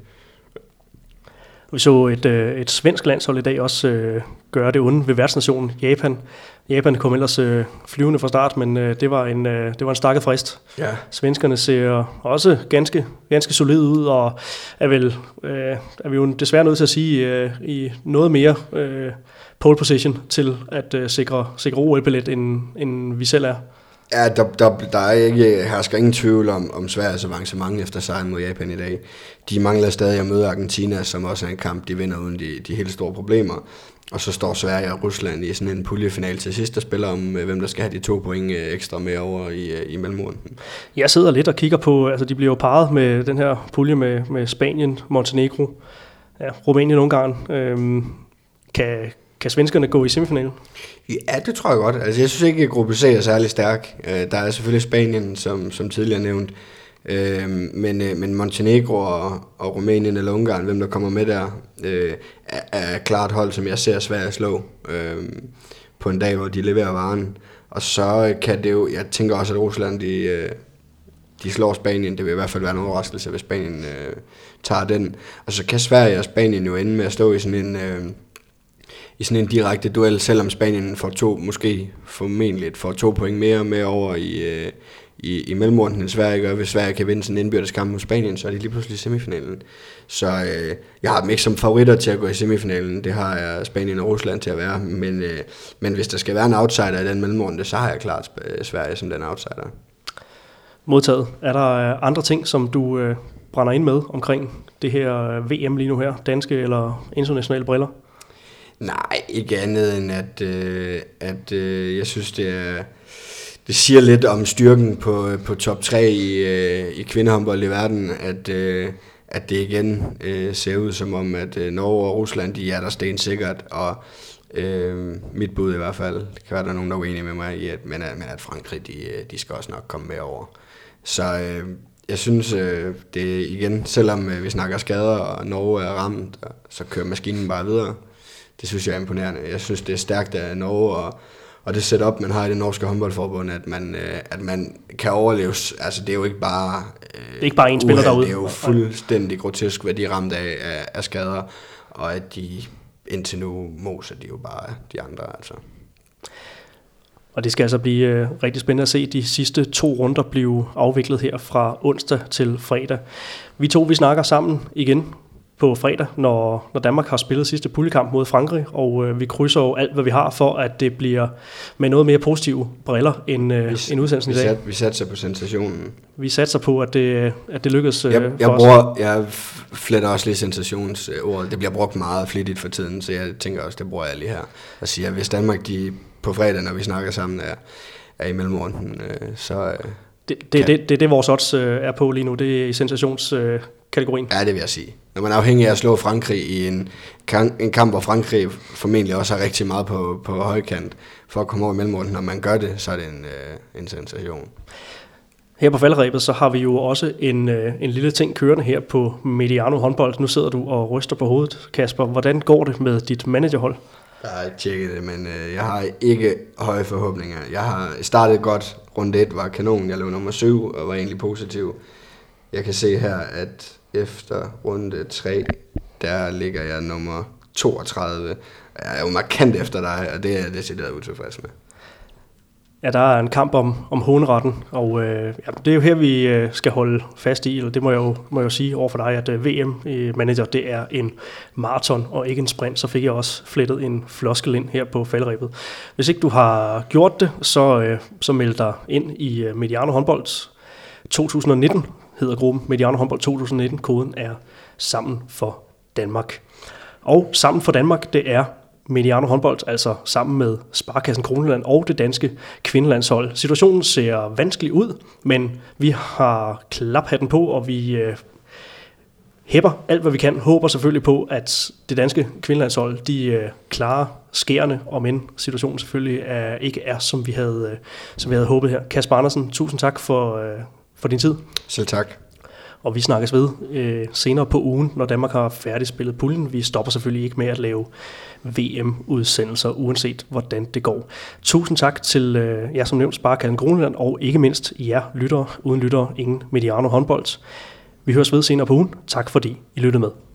Speaker 2: Vi så et svensk landshold i dag også gøre det onde ved værtsnationen Japan. Japan kom ellers flyvende fra start, men det var en stakket frist.
Speaker 3: Ja.
Speaker 2: Svenskerne ser også ganske solid ud, og er vi jo desværre nødt til at sige i noget mere pole position til at sikre OL-billet, end vi selv er.
Speaker 3: Ja, der er ikke hersker ingen tvivl om Sveriges avancement efter sejren mod Japan i dag. De mangler stadig at møde Argentina, som også er en kamp, de vinder uden de helt store problemer. Og så står Sverige og Rusland i sådan en puljefinal til sidst, der spiller om, hvem der skal have de 2 point ekstra med over i mellemrunden.
Speaker 2: Jeg sidder lidt og kigger på, altså de bliver jo parret med den her pulje med Spanien, Montenegro, Rumænien, Ungarn. Kan svenskerne gå i semifinalen?
Speaker 3: Ja, det tror jeg godt. Altså, jeg synes ikke, at gruppe C er særlig stærk. Der er selvfølgelig Spanien, som tidligere nævnt. Men Montenegro og Rumænien eller Ungarn, hvem der kommer med der, er klart hold, som jeg ser svært at slå på en dag, hvor de leverer varen. Og så kan det jo, jeg tænker også, at Rusland, de slår Spanien. Det vil i hvert fald være en overraskelse, hvis Spanien tager den. Og så kan Sverige og Spanien jo ende med at stå i sådan en direkte duel, selvom Spanien formentlig får 2 point mere med over i mellemrunden end Sverige gør. Hvis Sverige kan vinde sådan en indbyrdeskamp mod Spanien, så er de lige pludselig i semifinalen. Så jeg har dem ikke som favoritter til at gå i semifinalen. Det har jeg Spanien og Rusland til at være. Men hvis der skal være en outsider i den mellemrunde, så har jeg klart Sverige som den outsider.
Speaker 2: Modtaget. Er der andre ting, som du brænder ind med omkring det her VM lige nu her? Danske eller internationale briller?
Speaker 3: Nej, ikke andet end at jeg synes, det siger lidt om styrken på top 3 i kvindehåndbold i verden, at det igen ser ud som om, at Norge og Rusland, de er der stensikkert, og mit bud i hvert fald, det kan være, der er nogen, der er uenige med mig i, men at Frankrig, de skal også nok komme med over. Så jeg synes, det igen, selvom vi snakker skader, og Norge er ramt, så kører maskinen bare videre. Det synes jeg er imponerende. Jeg synes, det er stærkt af Norge, og det setup, man har i det norske håndboldforbund, at man kan overleve. Altså, det er jo ikke bare...
Speaker 2: det er ikke bare en spiller derude.
Speaker 3: Det er jo fuldstændig grotesk, hvad de er ramt af skader, og at de indtil nu moser de jo bare de andre, altså.
Speaker 2: Og det skal altså blive rigtig spændende at se de sidste 2 runder blive afviklet her fra onsdag til fredag. Vi snakker sammen igen på fredag, når Danmark har spillet sidste puljekamp mod Frankrig, og vi krydser jo alt, hvad vi har for, at det bliver med noget mere positive briller end udsendelsen i dag.
Speaker 3: Vi satser på sensationen.
Speaker 2: Vi satser på, at det lykkes
Speaker 3: Jeg fletter også lige sensationsordet. Det bliver brugt meget flittigt for tiden, så jeg tænker også, det bruger jeg lige her. Og siger, at hvis Danmark på fredag, når vi snakker sammen, er i mellemrunden, så... Det er det, vores odds er på lige nu. Det er i sensationskategorien. Ja, det vil jeg sige. Når man er afhængig af at slå Frankrig i en kamp, hvor Frankrig formentlig også har rigtig meget på højkant for at komme over i mellemrunden, når man gør det, så er det en sensation.
Speaker 2: Her på falderebet, så har vi jo også en lille ting kørende her på Mediano håndbold. Nu sidder du og ryster på hovedet, Kasper. Hvordan går det med dit managerhold?
Speaker 3: Jeg har ikke tjekket det, men jeg har ikke høje forhåbninger. Jeg har startet godt. Runde 1 var kanon. Jeg lå nummer 7 og var egentlig positiv. Jeg kan se her, at efter runde 3, der ligger jeg nummer 32. Jeg er jo markant efter dig, og det er jeg decideret utilfreds med.
Speaker 2: Ja, der er en kamp om hovedretten, og det er jo her, vi skal holde fast i, eller det må jeg jo sige over for dig, at VM-manager, det er en maraton og ikke en sprint. Så fik jeg også flettet en floskel ind her på falderebet. Hvis ikke du har gjort det, så meld dig ind i Mediano håndbold 2019, hedder gruppen Mediano håndbold 2019. Koden er Sammen for Danmark. Og Sammen for Danmark, det er Mediano håndbold, altså sammen med Sparekassen Kronjylland og det danske kvindelandshold. Situationen ser vanskelig ud, men vi har klaphatten på, og vi hæpper alt, hvad vi kan. Håber selvfølgelig på, at det danske kvindelandshold, de klarer skærene, om end situationen selvfølgelig ikke er, som vi havde håbet her. Kasper Andersen, tusind tak for din tid.
Speaker 3: Selv tak.
Speaker 2: Og vi snakkes ved senere på ugen, når Danmark har færdigspillet puljen. Vi stopper selvfølgelig ikke med at lave VM-udsendelser, uanset hvordan det går. Tusind tak til jer, som nævnt, Sparekassen Kronjylland, og ikke mindst jer lyttere. Uden lyttere, ingen Mediano håndbold. Vi høres ved senere på ugen. Tak fordi I lyttede med.